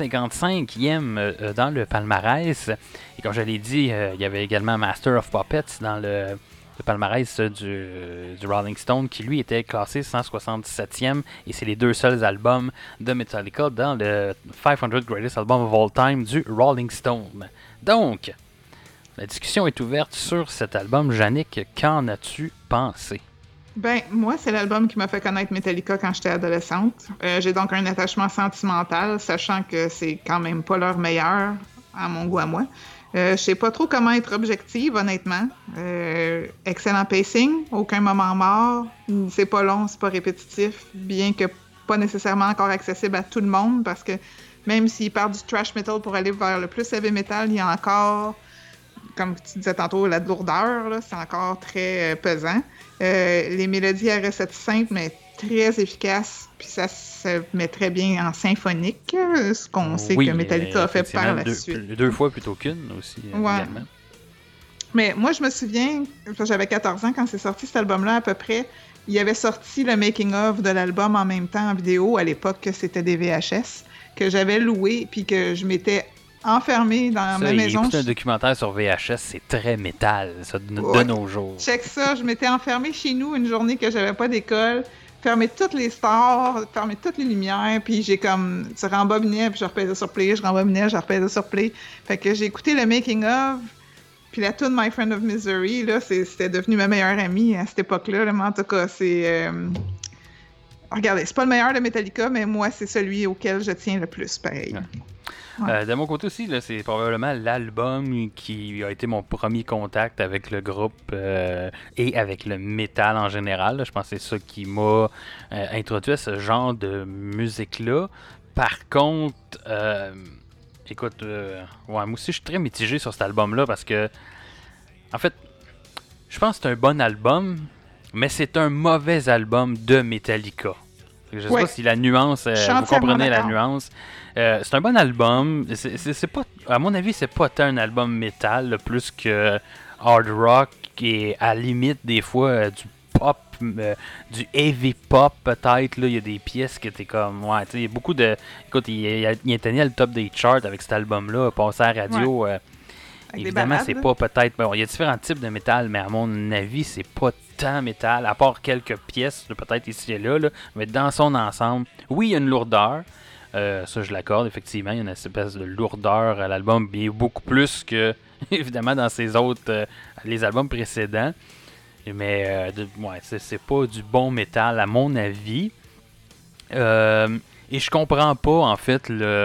A: 255e dans le palmarès. Et comme je l'ai dit, il y avait également Master of Puppets dans le palmarès du Rolling Stone qui lui était classé 177e. Et c'est les deux seuls albums de Metallica dans le 500 Greatest Albums of All Time du Rolling Stone. Donc, la discussion est ouverte sur cet album. Yannick, qu'en as-tu pensé?
B: Ben, moi, c'est l'album qui m'a fait connaître Metallica quand j'étais adolescente. J'ai donc un attachement sentimental, sachant que c'est quand même pas leur meilleur, à mon goût à moi. Je sais pas trop comment être objective, honnêtement. Excellent pacing, aucun moment mort. C'est pas long, c'est pas répétitif, bien que pas nécessairement encore accessible à tout le monde, parce que même s'ils partent du thrash metal pour aller vers le plus heavy metal, il y a encore, comme tu disais tantôt, la lourdeur, là, c'est encore très pesant. Les mélodies à recettes simples, mais très efficaces, puis ça se met très bien en symphonique, ce qu'on sait que Metallica a fait par la suite.
A: 2 fois plutôt qu'une aussi, également.
B: Mais moi, je me souviens, j'avais 14 ans quand c'est sorti cet album-là à peu près, il avait sorti le making-of de l'album en même temps en vidéo, à l'époque que c'était des VHS, que j'avais loué, puis que je m'étais enfermé dans ma maison.
A: Écouter un documentaire sur VHS, c'est très métal, ça, de nos jours.
B: Check ça, je m'étais enfermé chez nous une journée que j'avais pas d'école, fermé toutes les stores, fermé toutes les lumières, puis j'ai comme, tu rembobinais, puis je repaisais sur play, je rembobinais, je repaisais sur play. Fait que j'ai écouté le making of, puis la tune My Friend of Misery, là, c'était devenu ma meilleure amie à cette époque-là, là, mais en tout cas, c'est... Regardez, c'est pas le meilleur de Metallica, mais moi, c'est celui auquel je tiens le plus, pareil.
A: Ouais. De mon côté aussi, là, c'est probablement l'album qui a été mon premier contact avec le groupe et avec le métal en général. Là. Je pense que c'est ça qui m'a introduit à ce genre de musique-là. Par contre, écoute, moi aussi je suis très mitigé sur cet album-là parce que, en fait, je pense que c'est un bon album, mais c'est un mauvais album de Metallica. Je sais pas si la nuance, vous comprenez la nuance. C'est un bon album. C'est pas, à mon avis, c'est pas tant un album métal, là, plus que hard rock et à la limite des fois du pop, du heavy pop peut-être. Là, il y a des pièces qui étaient comme, ouais, tu sais, il y a beaucoup de. Écoute, il atteignait le top des charts avec cet album-là, passé à la radio. Évidemment, c'est pas peut-être. Bon, il y a différents types de métal, mais à mon avis, c'est pas tant métal, à part quelques pièces, peut-être ici et là, mais dans son ensemble, oui, il y a une lourdeur. Ça, je l'accorde, effectivement. Il y a une espèce de lourdeur à l'album, bien beaucoup plus que, évidemment, dans ses autres. Les albums précédents. Mais, ouais, c'est pas du bon métal, à mon avis. Et je comprends pas, en fait,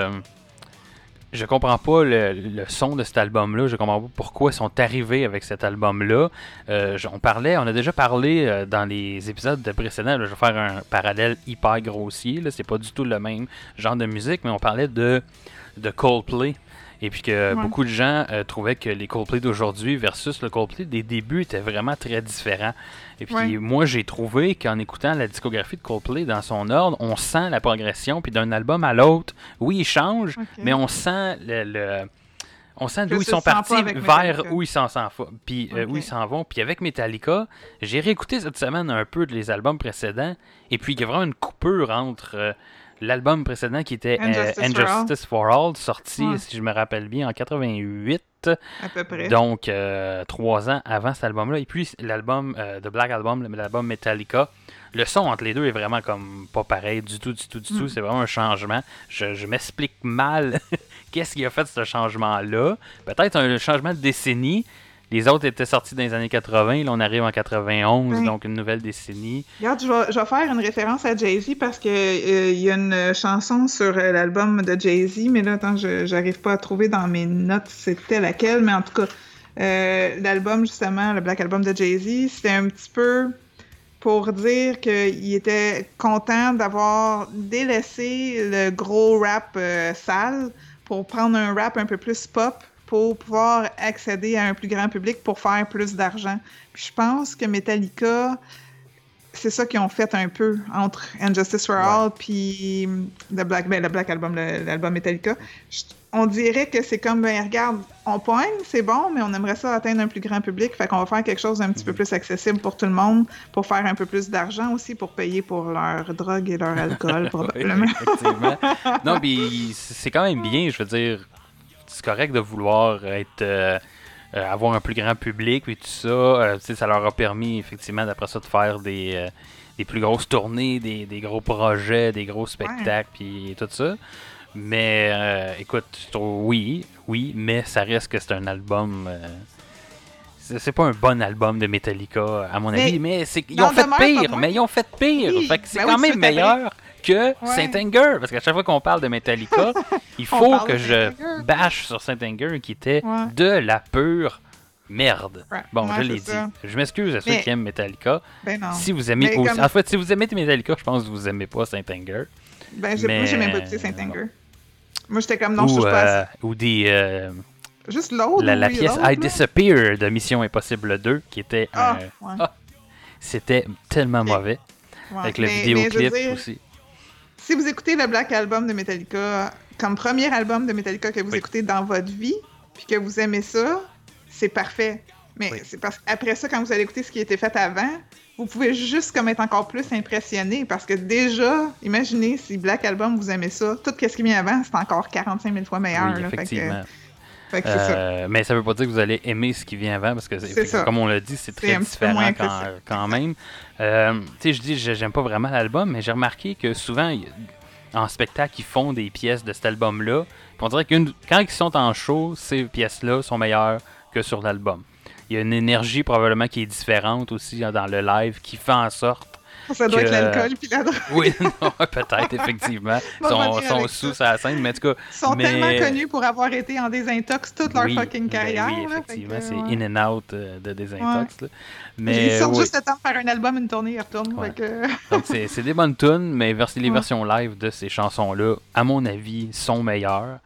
A: Je comprends pas le son de cet album-là. Je comprends pas pourquoi ils sont arrivés avec cet album-là. On a déjà parlé dans les épisodes précédents. Là, je vais faire un parallèle hyper grossier. Là, c'est pas du tout le même genre de musique, mais on parlait de Coldplay. Et puis que beaucoup de gens trouvaient que les Coldplay d'aujourd'hui versus le Coldplay des débuts étaient vraiment très différents. Et puis moi, j'ai trouvé qu'en écoutant la discographie de Coldplay dans son ordre, on sent la progression. Puis d'un album à l'autre, oui, ils changent, mais on sent on sent d'où ils sont partis vers où ils s'en vont. Puis où ils s'en vont. Puis avec Metallica, j'ai réécouté cette semaine un peu les albums précédents. Et puis il y a vraiment une coupure entre l'album précédent qui était Injustice for All, sorti, si je me rappelle bien, en 88.
B: À peu près.
A: Donc, 3 ans avant cet album-là. Et puis, l'album, The Black Album, l'album Metallica, le son entre les deux est vraiment comme pas pareil du tout. C'est vraiment un changement. Je m'explique mal qu'est-ce qui a fait ce changement-là. Peut-être un changement de décennie. Les autres étaient sortis dans les années 80. Là, on arrive en 91, donc une nouvelle décennie.
B: Regarde, je vais faire une référence à Jay-Z parce que y a une chanson sur l'album de Jay-Z, mais là, attends, j'arrive pas à trouver dans mes notes c'était laquelle, mais en tout cas, l'album, justement, le Black Album de Jay-Z, c'était un petit peu pour dire qu'il était content d'avoir délaissé le gros rap sale pour prendre un rap un peu plus pop, pour pouvoir accéder à un plus grand public pour faire plus d'argent. Puis je pense que Metallica, c'est ça qu'ils ont fait un peu entre Injustice for All puis le Black Album, l'album Metallica. On dirait que c'est comme, regarde, on poigne, c'est bon, mais on aimerait ça atteindre un plus grand public, fait qu'on va faire quelque chose d'un petit peu plus accessible pour tout le monde, pour faire un peu plus d'argent aussi, pour payer pour leur drogue et leur alcool, probablement.
A: Effectivement. Non, puis c'est quand même bien, je veux dire, c'est correct de vouloir avoir un plus grand public et tout ça. Ça leur a permis effectivement d'après ça de faire des plus grosses tournées, des gros projets, des gros spectacles puis tout ça. Mais écoute, oui, mais ça reste que c'est un album. C'est pas un bon album de Metallica à mon avis, mais ils ont fait pire. Mais ils ont fait pire.
B: Oui,
A: fait que c'est quand même meilleur que Saint-Anger, parce qu'à chaque fois qu'on parle de Metallica, il faut que je bâche sur Saint-Anger qui était de la pure merde. Bon, je l'ai dit. Je m'excuse à ceux qui aiment Metallica.
B: Ben non.
A: Si vous aimez aussi... En fait, si vous aimez Metallica, je pense que vous aimez pas Saint-Anger.
B: Ben, moi, j'ai même pas écouté Saint-Anger. Moi, j'étais comme non, je suis pas...
A: Ou des...
B: Juste l'autre.
A: La pièce I Disappear de Mission Impossible 2, qui était c'était tellement mauvais. Avec le vidéoclip aussi.
B: Si vous écoutez le Black Album de Metallica comme premier album de Metallica que vous écoutez dans votre vie, puis que vous aimez ça, c'est parfait. Mais c'est parce qu'après ça, quand vous allez écouter ce qui a été fait avant, vous pouvez juste comme être encore plus impressionné parce que déjà, imaginez si Black Album, vous aimez ça, tout ce qui vient avant, c'est encore 45 000 fois meilleur.
A: Oui,
B: là,
A: effectivement.
B: Fait que c'est ça.
A: Mais ça veut pas dire que vous allez aimer ce qui vient avant parce que, comme on l'a dit, c'est très différent quand même. Tu sais, je dis, j'aime pas vraiment l'album, mais j'ai remarqué que souvent, en spectacle, ils font des pièces de cet album-là. On dirait que quand ils sont en show, ces pièces-là sont meilleures que sur l'album. Il y a une énergie probablement qui est différente aussi dans le live qui fait en sorte
B: Ça doit
A: que-
B: être l'alcool puis la drogue.
A: Oui, non, peut-être, effectivement. Ils
B: On va
A: sont,
B: dire
A: sont
B: avec
A: sous
B: ça.
A: la scène, mais en tout cas.
B: Ils sont
A: mais-
B: tellement connus pour avoir été en désintox toute leur
A: Oui,
B: fucking
A: ben
B: carrière.
A: oui,
B: là,
A: effectivement,
B: fait que,
A: c'est
B: ouais.
A: in and out de Désintox. Là. Mais
B: Ils sortent
A: oui.
B: juste le temps de faire un album, une tournée, ils retournent.
A: Ouais.
B: Fait que...
A: Donc, c'est des bonnes tunes, mais les
B: Ouais.
A: versions live de ces chansons-là, à mon avis, sont meilleures.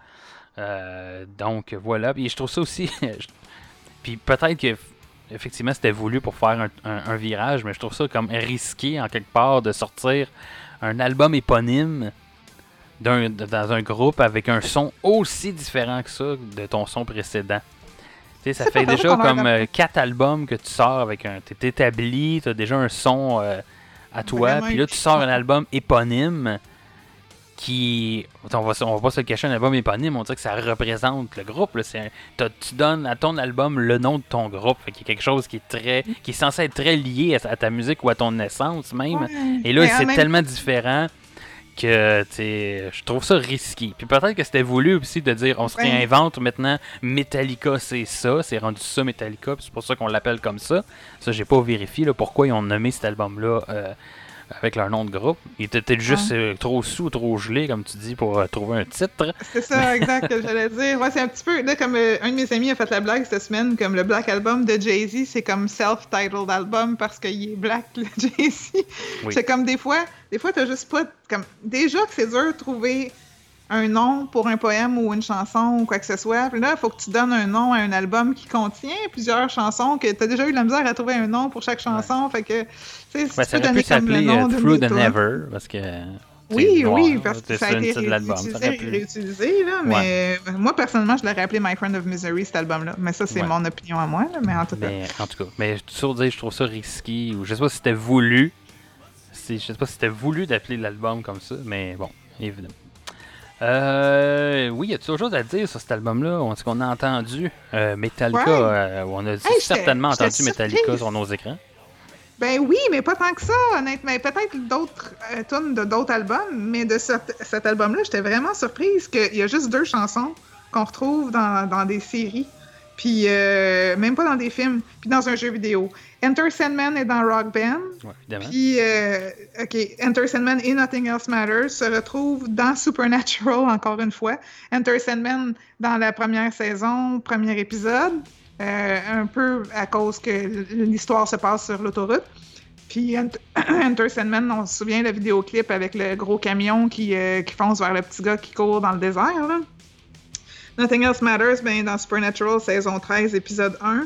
A: Donc, voilà. Puis je trouve ça aussi... Puis peut-être que effectivement c'était voulu pour faire un virage, mais je trouve ça comme risqué en quelque part de sortir un album éponyme dans un groupe avec un son aussi différent que ça de ton son précédent. Tu sais, ça
B: C'est
A: fait
B: pas
A: déjà
B: drôle,
A: comme
B: on a-
A: 4 albums que tu sors avec un... T'es établi, t'as déjà un son à toi,
B: Vraiment
A: puis là tu sors un album éponyme qui... On va pas se le cacher, un album éponyme, on dirait que ça représente le groupe. Là. Tu donnes à ton album le nom de ton groupe, fait qu'il y a quelque chose qui est censé être très lié à ta musique ou à ton essence même.
B: Ouais.
A: Et là,
B: Mais en
A: c'est
B: même-
A: tellement différent que je trouve ça risqué. Puis peut-être que c'était voulu aussi de dire on se
B: Ouais.
A: réinvente maintenant, Metallica c'est ça, c'est rendu ça Metallica, puis c'est pour ça qu'on l'appelle comme ça. Ça, j'ai pas vérifié là, pourquoi ils ont nommé cet album-là avec leur nom de groupe. Il était peut-être juste trop sous, trop gelé, comme tu dis, pour trouver un titre.
B: C'est ça, exact, que j'allais dire. Ouais, c'est un petit peu, là, comme un de mes amis a fait la blague cette semaine, comme le Black Album de Jay-Z, c'est comme self-titled album parce qu'il est black, le Jay-Z.
A: Oui.
B: C'est comme des fois t'as juste pas, comme, déjà que c'est dur de trouver un nom pour un poème ou une chanson ou quoi que ce soit. Puis là, il faut que tu donnes un nom à un album qui contient plusieurs chansons, que t'as déjà eu de la misère à trouver un nom pour chaque chanson. Fait que, tu sais, si
A: Ouais,
B: tu
A: ça
B: peux
A: aurait
B: donner
A: pu
B: comme le
A: s'appeler
B: nom de
A: Through the
B: toi.
A: Never, parce que...
B: Oui,
A: c'est noir,
B: oui, parce que
A: c'est
B: ça a
A: sur le
B: été
A: titre de l'album. Ça
B: réutilisé,
A: aurait pu-
B: réutilisé, là, mais moi, personnellement, je l'aurais appelé My Friend of Misery, cet album-là. Mais ça, c'est
A: Ouais.
B: mon opinion à moi, là, mais en tout cas.
A: Mais en tout cas, mais toujours dire, je trouve ça risqué, ou je sais pas si c'était voulu. Je sais pas si c'était voulu d'appeler l'album comme ça, mais bon, évidemment. Oui, y a toujours chose à dire sur cet album-là? Est-ce qu'on a entendu Metallica? On a certainement
B: j'étais
A: entendu Metallica
B: surprise.
A: sur nos écrans.
B: Ben oui, mais pas tant que ça, honnêtement. Peut-être d'autres tunes de d'autres albums, mais de cet album-là, j'étais vraiment surprise qu'il y a juste 2 chansons qu'on retrouve dans des séries, puis même pas dans des films, puis dans un jeu vidéo. Enter Sandman est dans Rock Band,
A: Ouais, évidemment.
B: puis Enter Sandman et Nothing Else Matters se retrouvent dans Supernatural, encore une fois. Enter Sandman dans la première saison, premier épisode, un peu à cause que l'histoire se passe sur l'autoroute. Puis Enter Sandman, on se souvient le vidéoclip avec le gros camion qui fonce vers le petit gars qui court dans le désert, là. Nothing Else Matters, ben, dans Supernatural, saison 13, épisode 1.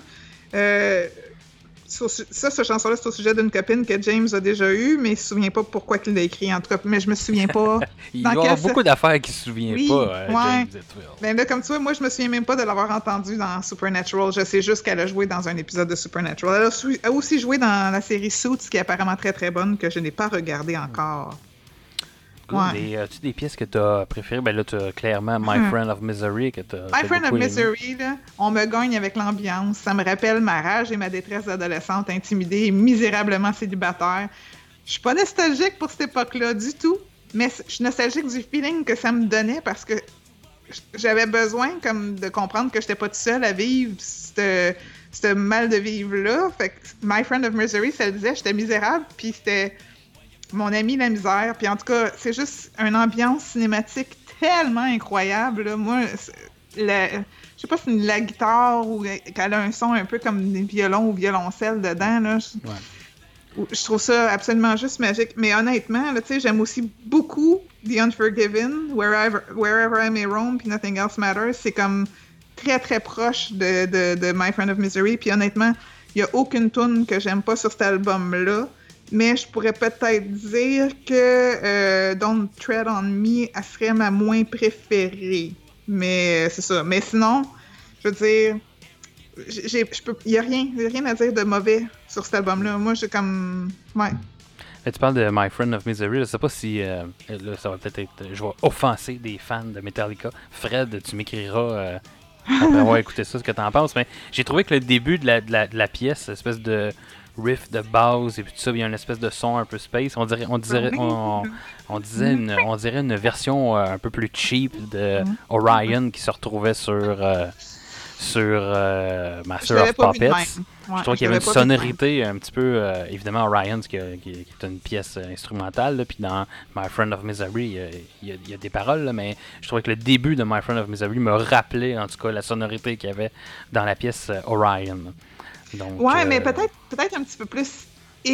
B: Cette chanson-là, c'est au sujet d'une copine que James a déjà eue, mais il se souvient pas pourquoi il l'a écrit, en tout cas. Mais je me souviens pas.
A: Il
B: dans
A: y a
B: quel
A: beaucoup d'affaires qu'il se souvient
B: Oui,
A: pas,
B: ouais.
A: James Hetfield.
B: Ben là, comme tu vois, moi, je me souviens même pas de l'avoir entendue dans Supernatural. Je sais juste qu'elle a joué dans un épisode de Supernatural. Elle a aussi joué dans la série Suits, qui est apparemment très très bonne, que je n'ai pas regardée encore.
A: Cool.
B: Ouais.
A: As-tu des pièces que tu as préférées? Ben là, tu as clairement My Friend of Misery que tu as
B: My Friend of Misery, là, on me gagne avec l'ambiance. Ça me rappelle ma rage et ma détresse d'adolescente intimidée et misérablement célibataire. Je suis pas nostalgique pour cette époque-là du tout, mais je suis nostalgique du feeling que ça me donnait parce que j'avais besoin comme de comprendre que j'étais pas toute seule à vivre ce mal de vivre-là. Fait que My Friend of Misery, ça le disait, j'étais misérable, puis c'était mon ami la misère. Puis en tout cas, c'est juste une ambiance cinématique tellement incroyable, là. Moi, je sais pas si c'est la guitare ou qu'elle a un son un peu comme des violons ou violoncelle dedans, là. Je trouve ça absolument juste magique. Mais honnêtement, là, tu sais, j'aime aussi beaucoup The Unforgiven, Wherever I May Roam, puis Nothing Else Matters. C'est comme très, très proche de My Friend of Misery. Puis honnêtement, il n'y a aucune tune que j'aime pas sur cet album-là. Mais je pourrais peut-être dire que Don't Tread on Me, elle serait ma moins préférée. Mais c'est ça. Mais sinon, je veux dire, il n'y a rien à dire de mauvais sur cet album-là. Moi, j'ai comme... Ouais.
A: Mais tu parles de My Friend of Misery. Je sais pas si là, ça va peut-être être... Je vais offenser des fans de Metallica. Fred, tu m'écriras après avoir écouté ça, ce que t'en penses. Mais j'ai trouvé que le début de la pièce, espèce de riff de base et puis tout ça, il y a une espèce de son un peu space. On dirait une version un peu plus cheap de Orion qui se retrouvait sur sur
B: Je
A: Master
B: l'avais
A: of
B: pas vu de
A: Puppets.
B: même. Ouais,
A: Je trouve qu'il y
B: je
A: avait une
B: l'avais pas vu de même.
A: sonorité un petit peu, évidemment, Orion, qui est une pièce instrumentale, là, puis dans My Friend of Misery, il y a des paroles, là, mais je trouvais que le début de My Friend of Misery me rappelait, en tout cas, la sonorité qu'il y avait dans la pièce Orion. Donc,
B: Ouais, mais peut-être un petit peu plus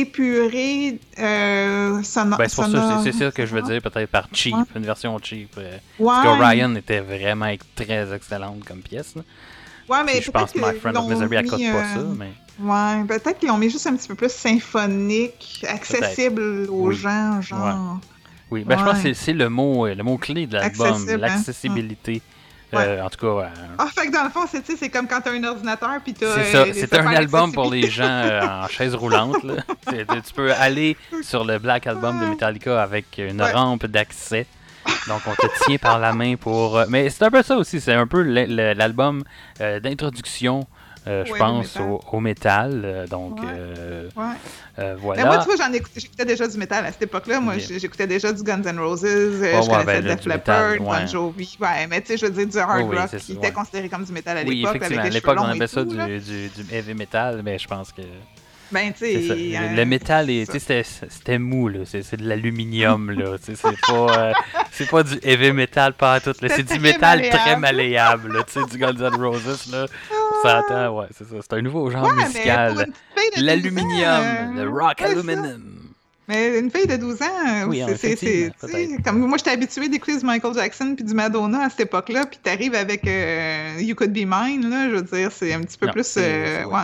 B: épuré.
A: Ben, c'est pour ça, c'est ça que je veux dire, peut-être par cheap,
B: Ouais.
A: une version cheap.
B: Ouais.
A: Parce qu'Orion était vraiment très excellente comme pièce. Là.
B: Ouais, mais
A: Puis je pense que
B: peut-être
A: My Friend of
B: qu'ils
A: Misery
B: l'ont
A: accote
B: mis,
A: pas ça, mais...
B: Ouais, peut-être qu'ils l'ont mis juste un petit peu plus symphonique, accessible aux
A: Oui.
B: gens, genre.
A: Oui, ben je pense que
B: Ouais.
A: c'est le mot clé de l'album,
B: Accessible, hein.
A: l'accessibilité.
B: Ouais.
A: En tout cas,
B: Ah, fait que dans le fond, c'est comme quand t'as un ordinateur puis t'as.
A: c'est ça.
B: les
A: C'était un
B: affaires
A: album pour les
B: accessibles.
A: gens en chaise roulante. Là. Tu peux aller sur le Black Album de Metallica avec une
B: Ouais.
A: rampe d'accès. Donc, on te tient par la main pour... Mais c'est un peu ça aussi. C'est un peu l'album d'introduction, je
B: Ouais,
A: pense,
B: au métal.
A: au métal. Donc,
B: Ouais.
A: voilà.
B: Mais moi, tu vois, j'écoutais déjà du métal à cette époque-là. Moi,
A: Ok.
B: j'écoutais déjà du Guns N' Roses, je
A: ouais,
B: connaissais
A: ben, là,
B: Def
A: du métal,
B: Leppard,
A: ouais.
B: Bon Jovi. Ouais, mais tu sais, je veux dire, du hard
A: Oui,
B: rock
A: c'est ça,
B: qui était
A: ouais.
B: considéré comme du métal à
A: Oui,
B: l'époque,
A: effectivement. À
B: avec les
A: l'époque,
B: cheveux
A: on
B: longs
A: appelait
B: et
A: ça
B: tout, là.
A: du heavy metal, mais je pense que...
B: Ben, tu
A: C'est ça.
B: sais...
A: Le métal, tu
B: c'est
A: sais, c'était mou, là. C'est de l'aluminium, là. Tu sais, c'est pas du heavy metal pas tout. Là. C'est
B: C'était
A: du
B: très
A: métal
B: malléable.
A: très malléable, là. Tu sais, du Guns N' Roses, là. Ça attend, ouais, c'est ça. C'est un nouveau genre
B: Ouais, mais
A: musical.
B: pour une fille de 12
A: L'aluminium,
B: ans,
A: le rock
B: ouais, ça.
A: aluminum.
B: Mais une fille de 12 ans,
A: Oui, effectivement,
B: tu sais,
A: peut-être.
B: comme moi, j'étais habituée d'écouter du Michael Jackson puis du Madonna à cette époque-là, puis t'arrives avec You Could Be Mine, là, je veux dire, c'est un petit peu
A: Non,
B: plus...
A: c'est-
B: ouais.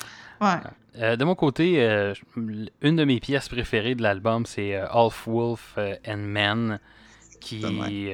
B: Ouais.
A: De mon côté, une de mes pièces préférées de l'album, c'est Half Wolf and Man, qui,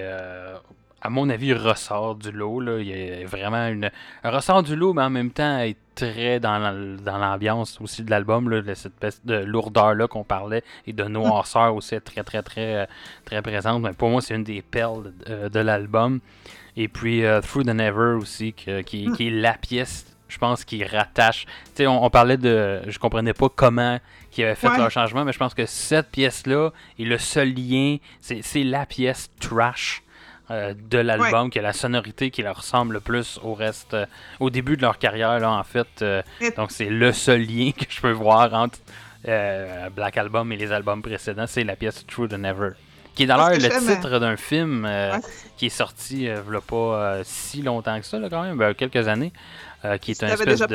A: à mon avis, ressort du lot. Là. Il y a vraiment un ressort du lot, mais en même temps, est très dans l'ambiance aussi de l'album. Là, cette espèce de lourdeur-là qu'on parlait et de noirceur aussi est très, très, très, très présente. Mais pour moi, c'est une des perles de l'album. Et puis, Through the Never aussi, qui est la pièce, je pense, qui rattache. Tu sais, on parlait de... Je comprenais pas comment ils avaient fait leur changement, mais je pense que cette pièce-là est le seul lien. C'est la pièce trash de l'album, qui a la sonorité qui leur ressemble le plus au reste, au début de leur carrière, là, en fait. Donc, c'est le seul lien que je peux voir entre Black Album et les albums précédents, c'est la pièce Through the Never. Qui est d'ailleurs le titre d'un film qui est sorti il n'y a pas si longtemps que ça, là, quand même, quelques années. Qui est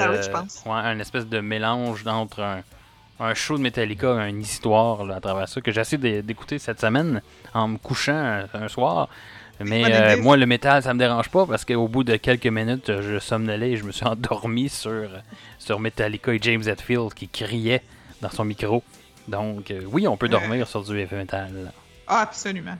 A: un espèce de mélange entre un show de Metallica, une histoire là, à travers ça, que j'essaie d'écouter cette semaine en me couchant un soir. Mais moi, le métal, ça me dérange pas parce qu'au bout de quelques minutes, je somnolais et je me suis endormi sur Metallica et James Hetfield qui criait dans son micro. Donc, oui, on peut dormir sur du heavy metal.
B: Ah, absolument.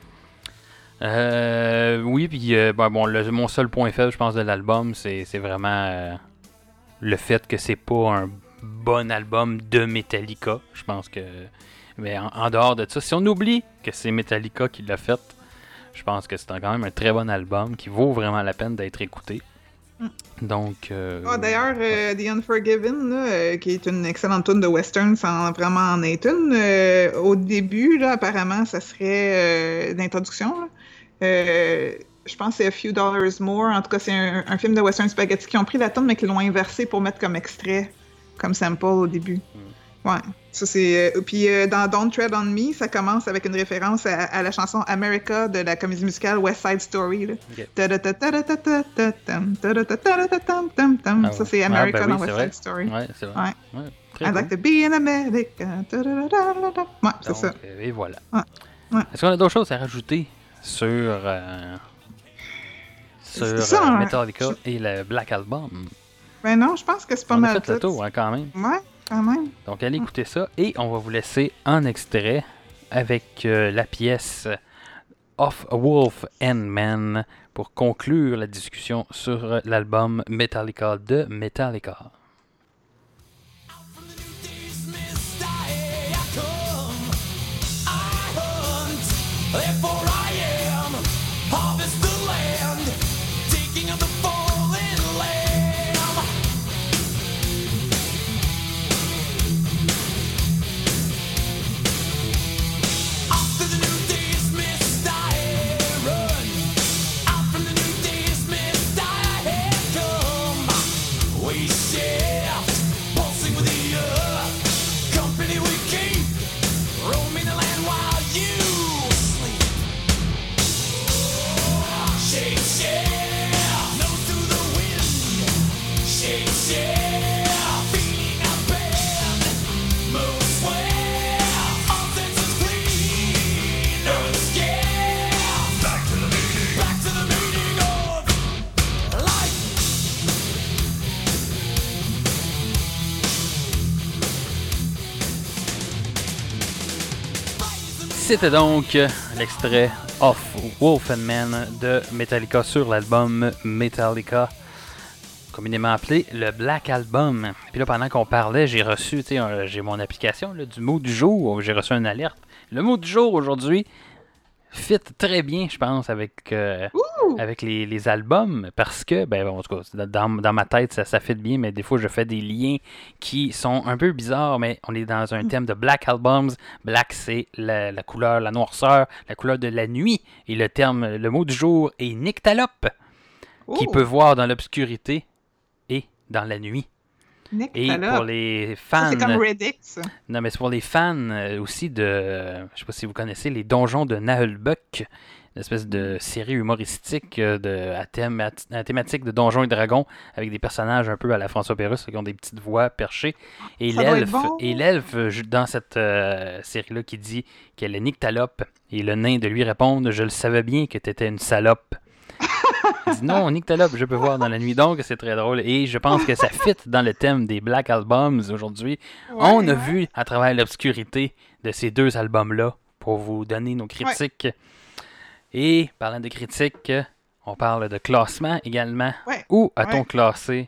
A: Oui, puis mon seul point faible, je pense, de l'album, c'est vraiment le fait que c'est pas un bon album de Metallica. Je pense que... Mais en dehors de ça, si on oublie que c'est Metallica qui l'a fait, je pense que c'est quand même un très bon album qui vaut vraiment la peine d'être écouté. Donc...
B: D'ailleurs, The Unforgiven, là, qui est une excellente tune de western sans vraiment en être une, au début, là, apparemment, ça serait l'introduction. Je pense que c'est A Few Dollars More. En tout cas, c'est un film de western spaghetti qui ont pris la tune mais qui l'ont inversé pour mettre comme extrait, comme sample au début. Ouais. Ça, c'est... Puis dans Don't Tread on Me, ça commence avec une référence à la chanson America de la comédie musicale West Side Story. Là. Ça, c'est America dans West Side Story.
A: Ouais, c'est vrai.
B: Ouais.
A: Très
B: I'd like to be in America. Ouais, c'est ça.
A: Et voilà.
B: Ouais.
A: Est-ce qu'on a d'autres choses à rajouter sur Metallica et le Black Album?
B: Ben non, je pense que c'est pas mal.
A: On a fait le tour, quand même.
B: Ouais, quand même.
A: Donc, allez écouter ça et on va vous laisser en extrait avec la pièce Of Wolf and Man pour conclure la discussion sur l'album Metallica de Metallica.
F: Therefore I am, harvest the land, taking of the fallen lamb. After the new day's mist I run, out from the new day's mist I have come.
A: C'était donc l'extrait Of Wolf and Man de Metallica sur l'album Metallica, communément appelé le Black Album. Puis là, pendant qu'on parlait, j'ai reçu, j'ai mon application là, du mot du jour, j'ai reçu une alerte. Le mot du jour aujourd'hui fit très bien, je pense, avec les albums, parce que, en tout cas, dans ma tête, ça fit bien, mais des fois, je fais des liens qui sont un peu bizarres, mais on est dans un thème de Black Albums. Black, c'est la couleur, la noirceur, la couleur de la nuit, et le mot du jour est Nyctalope, qui peut voir dans l'obscurité et dans la nuit. Et pour les fans...
B: Ça, c'est comme Reddix.
A: Non, mais c'est pour les fans aussi de... je sais pas si vous connaissez les Donjons de Nahulbuck, une espèce de série humoristique à thématique de Donjons et Dragons, avec des personnages un peu à la François Pérusse qui ont des petites voix perchées. Et l'elfe dans cette série-là qui dit qu'elle est Nyctalope, et le nain de lui répondre « Je le savais bien que t'étais une salope ». Il dit non, Nyctalope, je peux voir dans la nuit. Donc, c'est très drôle. Et je pense que ça fit dans le thème des Black Albums aujourd'hui. On a vu à travers l'obscurité de ces deux albums-là pour vous donner nos critiques. Et parlant de critiques, on parle de classement également. Où a-t-on classé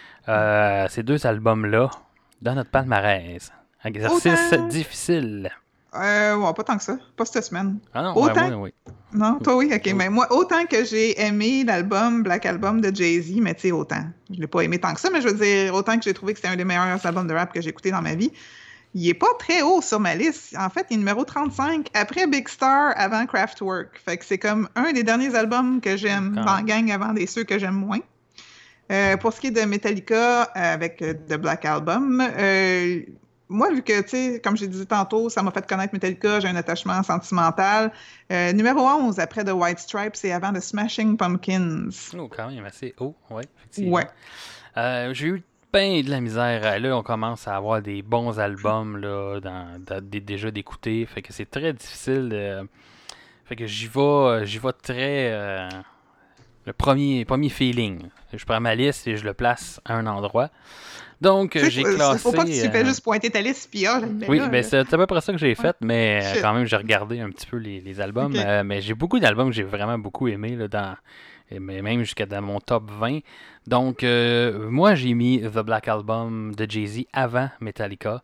A: ces deux albums-là dans notre palmarès? Exercice difficile.
B: Pas tant que ça. Pas cette semaine.
A: Ah non, oui.
B: Non, toi oui, ok. Mais moi, autant que j'ai aimé l'album Black Album de Jay-Z, mais tu sais, autant. Je l'ai pas aimé tant que ça, mais je veux dire, autant que j'ai trouvé que c'était un des meilleurs albums de rap que j'ai écouté dans ma vie. Il est pas très haut sur ma liste. En fait, il est numéro 35, après Big Star, avant Kraftwerk. Fait que c'est comme un des derniers albums que j'aime dans la gang avant des ceux que j'aime moins. Pour ce qui est de Metallica avec The Black Album, moi, vu que, tu sais, comme j'ai dit tantôt, ça m'a fait connaître Metallica, j'ai un attachement sentimental. Numéro 11, après The White Stripes, et avant The Smashing Pumpkins.
A: Oh, quand même, assez haut, oui, effectivement. J'ai eu de la misère. Là, on commence à avoir des bons albums, là, déjà d'écouter. Fait que c'est très difficile. Fait que j'y vais très... le premier feeling. Je prends ma liste et je le place à un endroit. Donc, j'ai classé...
B: Faut pas que tu fais juste pointer ta liste puis
A: oui, mais c'est à peu près ça que j'ai fait, mais quand même, j'ai regardé un petit peu les albums. Okay. Mais j'ai beaucoup d'albums que j'ai vraiment beaucoup aimés, là, même jusqu'à dans mon top 20. Donc, moi, j'ai mis The Black Album de Jay-Z avant Metallica.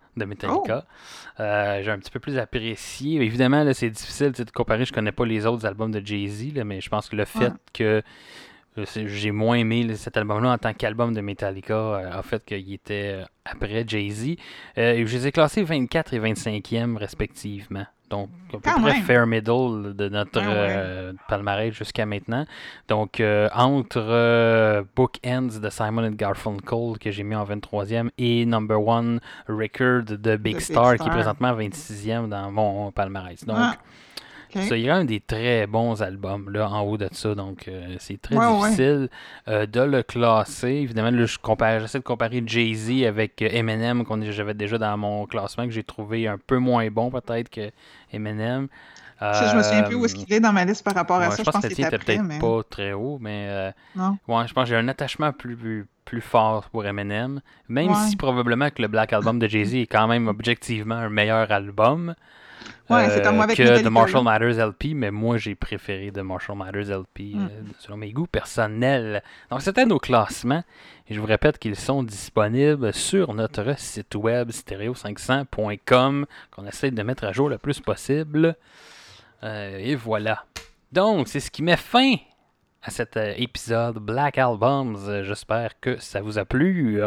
A: J'ai un petit peu plus apprécié. Évidemment, là, c'est difficile de comparer. Je connais pas les autres albums de Jay-Z, là, mais je pense que le fait que j'ai moins aimé cet album-là en tant qu'album de Metallica a fait qu'il était après Jay-Z. Je les ai classés 24 et 25e respectivement. Donc, à peu près fair middle de notre palmarès jusqu'à maintenant. Donc, entre Bookends de Simon & Garfunkel, que j'ai mis en 23e, et Number One Record de Big Star, qui est présentement 26e dans mon palmarès. Donc, ça, il y a un des très bons albums là, en haut de ça. Donc, c'est très difficile de le classer. Évidemment, là, j'essaie de comparer Jay-Z avec Eminem, j'avais déjà dans mon classement, que j'ai trouvé un peu moins bon peut-être que Eminem.
B: Je me souviens plus où est-ce qu'il est dans ma liste par rapport à ça.
A: Je pense que c'était peut-être pas très haut, mais je pense que j'ai un attachement plus fort pour Eminem. Même si probablement que le Black Album de Jay-Z est quand même objectivement un meilleur album.
B: C'est comme moi avec
A: que The Marshall Mathers LP, mais moi j'ai préféré The Marshall Mathers LP selon mes goûts personnels. Donc c'était nos classements, et je vous répète qu'ils sont disponibles sur notre site web stereo500.com qu'on essaie de mettre à jour le plus possible. Et voilà. Donc c'est ce qui met fin à cet épisode Black Albums. J'espère que ça vous a plu.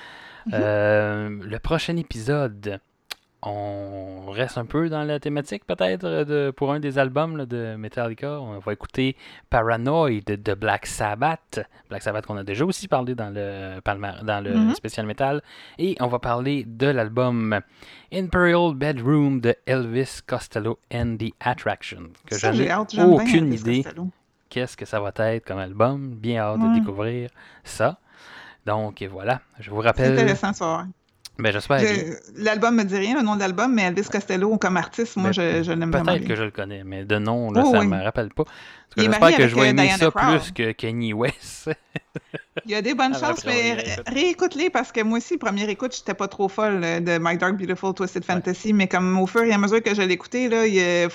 A: Le prochain épisode, on reste un peu dans la thématique peut-être pour un des albums là, de Metallica. On va écouter Paranoid de Black Sabbath. Black Sabbath qu'on a déjà aussi parlé dans le spécial Metal. Et on va parler de l'album Imperial Bedroom de Elvis Costello and the Attraction. Que je n'ai aucune idée qu'est-ce que ça va être comme album. Bien hâte de découvrir ça. Donc voilà, je vous rappelle...
B: C'est intéressant ça.
A: Ben, j'espère bien.
B: L'album me dit rien, le nom de l'album, mais Elvis Costello comme artiste, moi,
A: Ben,
B: je l'aime vraiment
A: Peut-être
B: bien.
A: que je le connais, mais de nom, là,
B: Oh,
A: ça
B: oui.
A: me rappelle pas. En tout
B: Il
A: cas,
B: est
A: j'espère
B: marié
A: que je vais
B: avec,
A: aimer
B: Diana
A: ça
B: Krall.
A: plus que Kanye West.
B: Il y a des bonnes
A: Après,
B: chances,
A: on va y
B: mais
A: réécouter.
B: réécoute-les parce que moi aussi, le premier écoute, j'étais pas trop folle de My Dark Beautiful Twisted Fantasy, mais comme au fur et à mesure que je l'écoutais, là,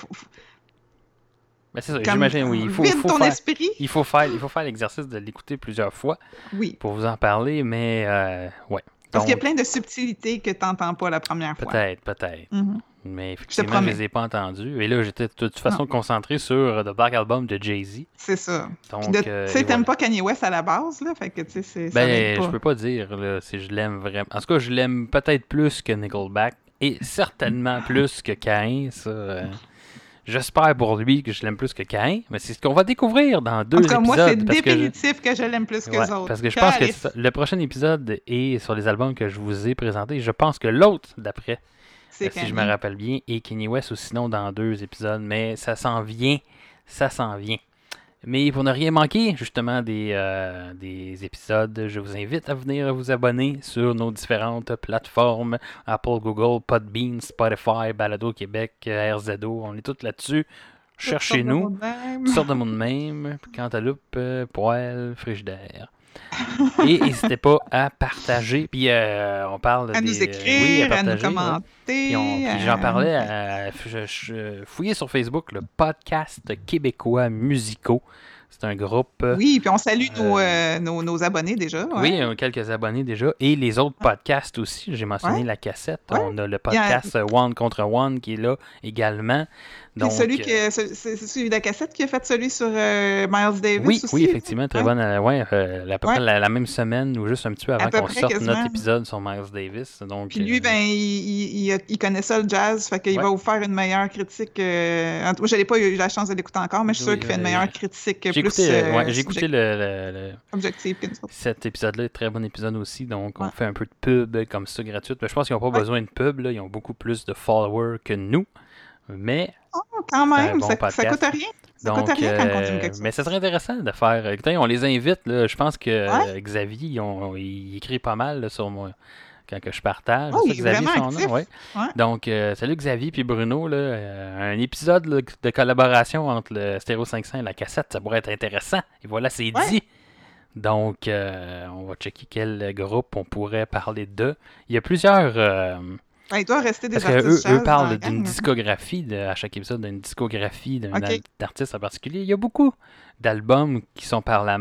A: Ben, c'est ça,
B: comme
A: j'imagine, oui. Il faut
B: vide ton
A: faire,
B: esprit.
A: il faut faire l'exercice de l'écouter plusieurs fois
B: Oui,
A: pour vous en parler, mais ouais.
B: parce qu'il y a
A: Donc,
B: plein de subtilités que t'entends pas la première fois.
A: peut-être.
B: Mhm.
A: Mais effectivement, je
B: promets.
A: les ai pas entendus. Et là, j'étais de toute façon concentré sur The Black Album de Jay-Z.
B: C'est ça.
A: Donc,
B: Puis tu
A: et
B: sais, t'aimes
A: voilà.
B: pas Kanye West à la base, là, fait que, tu sais, ça
A: Ben,
B: l'aide
A: je
B: pas.
A: peux pas dire là, si je l'aime vraiment. En tout cas, je l'aime peut-être plus que Nickelback et certainement plus que Cain. Ça, j'espère pour lui que je l'aime plus que Cain, mais c'est ce qu'on va découvrir dans 2
B: En tout cas,
A: épisodes.
B: moi, c'est
A: parce que
B: définitif que je l'aime plus que
A: Ouais,
B: les autres.
A: parce que je pense que
B: Calice.
A: c'est ça. Le prochain épisode est sur les albums que je vous ai présentés. Je pense que l'autre d'après,
B: C'est
A: si je me
B: Kanye.
A: rappelle bien, est Kanye West ou sinon dans 2 épisodes. Mais ça s'en vient. Ça s'en vient. Mais pour ne rien manquer, justement, des épisodes, je vous invite à venir vous abonner sur nos différentes plateformes. Apple, Google, Podbean, Spotify, Balado Québec, RZO. On est tous là-dessus. Cherchez-nous. Toutes sortes de monde même. Cantaloupe, poêle, frigidaire. Et n'hésitez pas à partager. Puis on parle
B: À
A: des...
B: nous écrire,
A: oui,
B: à nous
A: partager, ouais.
B: commenter.
A: Puis j'en parlais, je fouillais sur Facebook le podcast québécois musicaux. C'est un groupe.
B: Oui, puis on salue nos abonnés déjà. Ouais.
A: Oui, quelques abonnés déjà. Et les autres podcasts aussi. J'ai mentionné
B: Ouais.
A: la cassette.
B: Ouais.
A: On a le podcast One contre One qui est là également.
B: Puis
A: Donc,
B: c'est celui de la cassette qui a fait celui sur Miles Davis
A: oui,
B: aussi.
A: oui, effectivement, très
B: Ouais.
A: bonne. Ouais, à peu près
B: Ouais.
A: la même semaine ou juste un petit peu avant
B: peu
A: qu'on
B: près,
A: sorte
B: quasiment.
A: notre épisode sur Miles Davis. Donc,
B: Puis lui, ben, il connaît ça, le jazz, fait qu'il
A: Ouais.
B: va vous faire une meilleure critique. Moi, je n'ai pas eu la chance de l'écouter encore, mais je suis sûre
A: Oui,
B: qu'il fait une meilleure critique
A: j'ai
B: plus
A: écouté, j'ai écouté
B: objective que nous autres.
A: cet épisode-là, très bon épisode aussi. Donc, on
B: Ouais.
A: fait un peu de pub comme ça gratuite. Mais je pense qu'ils n'ont pas
B: Ouais.
A: besoin de pub. Là. Ils ont beaucoup plus de followers que nous. Mais
B: Oh, quand même,
A: bon
B: ça
A: podcast.
B: coûte rien. Ça
A: Donc,
B: coûte rien quand on dit quelque chose.
A: mais ça serait intéressant de faire. Écoutez, on les invite. Là, je pense que
B: Ouais.
A: Xavier, il écrit pas mal là, sur moi quand que je partage.
B: Oh,
A: C'est
B: il
A: ça,
B: est
A: Xavier,
B: vraiment
A: son
B: actif.
A: nom, ouais.
B: Ouais.
A: Donc, salut Xavier puis Bruno. Là, un épisode là, de collaboration entre le Stéréo 500 et la cassette, ça pourrait être intéressant. Et voilà, c'est
B: Ouais.
A: dit. Donc, on va checker quel groupe on pourrait parler d'eux. Il y a plusieurs.
B: Ben, il doit rester des
A: Parce
B: artistes
A: qu'eux
B: jazz dans
A: parlent
B: la
A: d'une
B: gang.
A: discographie, à chaque épisode, d'une discographie d'un
B: Ok.
A: artiste en particulier. Il y a beaucoup d'albums qui sont par le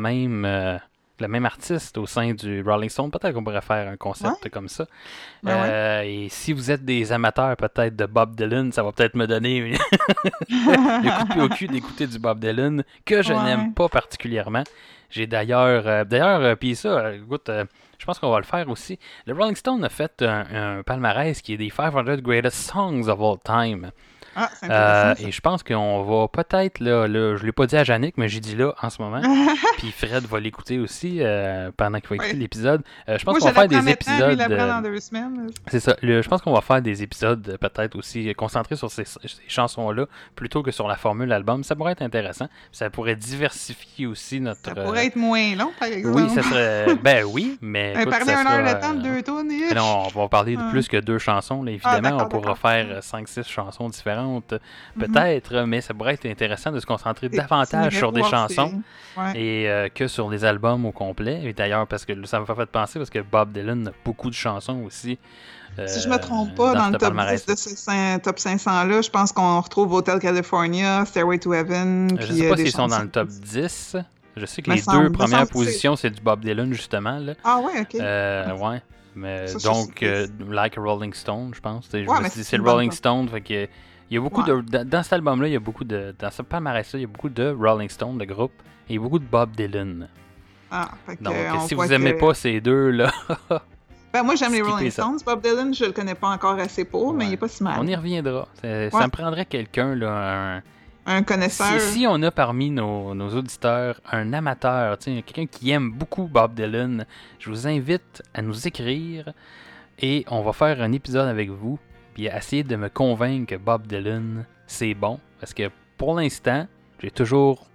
A: même artiste au sein du Rolling Stone. Peut-être qu'on pourrait faire un concept comme ça.
B: Ben ouais.
A: Et si vous êtes des amateurs peut-être de Bob Dylan, ça va peut-être me donner le coup de pied au cul d'écouter du Bob Dylan, que je
B: Ouais.
A: n'aime pas particulièrement. J'ai d'ailleurs, puis ça, écoute, je pense qu'on va le faire aussi. Le Rolling Stone a fait un palmarès qui est des 500 Greatest Songs of All Time.
B: Ah, c'est intéressant. ça.
A: Et je pense qu'on va peut-être, là, je l'ai pas dit à Yannick, mais j'ai dit là en ce moment. Puis Fred va l'écouter aussi pendant qu'il va écouter
B: Ouais.
A: l'épisode. Je pense
B: Moi,
A: qu'on
B: je
A: va faire
B: l'apprends
A: des
B: maintenant, lui,
A: épisodes.
B: il l'apprend dans 2 semaines.
A: C'est ça. Je pense qu'on va faire des épisodes peut-être aussi concentrés sur ces chansons-là plutôt que sur la formule album. Ça pourrait être intéressant. Ça pourrait diversifier aussi notre.
B: Ça pourrait être moins long, par exemple.
A: Oui, ça serait. Ben oui, mais. écoute,
B: Parler
A: ça
B: 1 heure
A: sera,
B: de temps de 2 tonnes.
A: mais non, on va parler de
B: Ah.
A: plus que 2 chansons, là, évidemment.
B: d'accord,
A: on pourra
B: d'accord.
A: faire 5-6 chansons différentes, peut-être, mais ça pourrait être intéressant de se concentrer davantage sur des chansons
B: Ouais.
A: et que sur les albums au complet. Et d'ailleurs, parce que ça m'a fait penser, parce que Bob Dylan a beaucoup de chansons aussi.
B: Si je me trompe pas, dans
A: ce
B: le top
A: palmarès.
B: 10 de ce top 500-là, je pense qu'on retrouve Hotel California, Stairway to Heaven.
A: Je
B: puis,
A: sais pas
B: des
A: s'ils sont dans
B: chansons.
A: le top 10. Je sais que
B: Me
A: les
B: semble-
A: deux
B: me
A: premières
B: semble que c'est-
A: positions, c'est du Bob Dylan, justement. Là.
B: Ah ouais, ok.
A: Ouais. Mais
B: Ça, je
A: donc,
B: sais
A: Like a Rolling Stone, je pense. Je
B: Ouais,
A: me
B: mais
A: suis dit,
B: c'est
A: c'est
B: une
A: le Rolling
B: bonne
A: Stone. Fait que, il y a beaucoup
B: Ouais.
A: dans cet album-là, il y a beaucoup de. Dans ce palmarès-là, il y a beaucoup de Rolling Stone, de groupe, et il y a beaucoup de Bob Dylan.
B: Ah, fait que,
A: Donc,
B: on
A: si
B: voit
A: vous aimez
B: que-
A: pas ces deux-là,
B: Ben, moi, j'aime les
A: skippez
B: Rolling
A: ça.
B: Stones. Bob Dylan, je le connais pas encore assez pour, mais
A: Ouais.
B: il est pas si mal.
A: on y reviendra. Ça
B: Ouais.
A: me prendrait quelqu'un, là,
B: Un connaisseur.
A: Si on a parmi nos auditeurs un amateur, quelqu'un qui aime beaucoup Bob Dylan, je vous invite à nous écrire et on va faire un épisode avec vous puis essayer de me convaincre que Bob Dylan, c'est bon. Parce que pour l'instant, j'ai toujours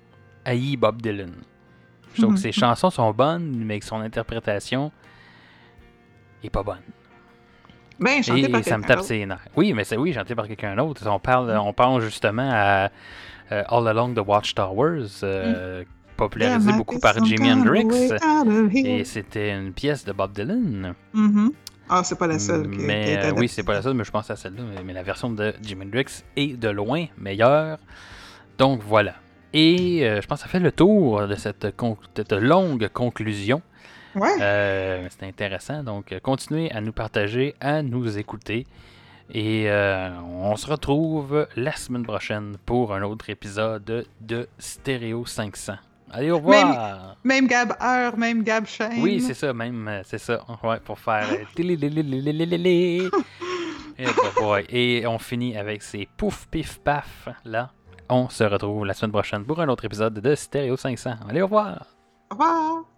A: haï Bob Dylan. Je trouve que ses chansons sont bonnes, mais que son interprétation est pas bonne.
B: Ben, chanté par
A: Et ça me
B: quelqu'un
A: tape
B: d'autre.
A: ses nerfs. Oui, mais c'est chanté par quelqu'un d'autre. On pense justement à All Along the Watchtowers, popularisé
B: Yeah,
A: beaucoup
B: my
A: par
B: peace
A: Jimi
B: some
A: Hendrix.
B: way out of here.
A: Et c'était une pièce de Bob Dylan.
B: Mhm. Ah, c'est pas la seule qui a
A: Mais
B: été adaptée.
A: oui, c'est pas la seule, mais je pense à celle-là. Mais la version de Jimi Hendrix est de loin meilleure. Donc voilà. Et je pense que ça fait le tour de cette longue conclusion.
B: Ouais.
A: C'était intéressant. Donc continuez à nous partager, à nous écouter. Et on se retrouve la semaine prochaine pour un autre épisode de Stéréo 500. Allez, au revoir!
B: Même Gab heure, même Gab chaîne.
A: Oui, c'est ça, c'est ça. Ouais, pour faire. Et, et on finit avec ces pouf, pif, paf. Là, on se retrouve la semaine prochaine pour un autre épisode de Stéréo 500. Allez, au revoir!
B: Au revoir.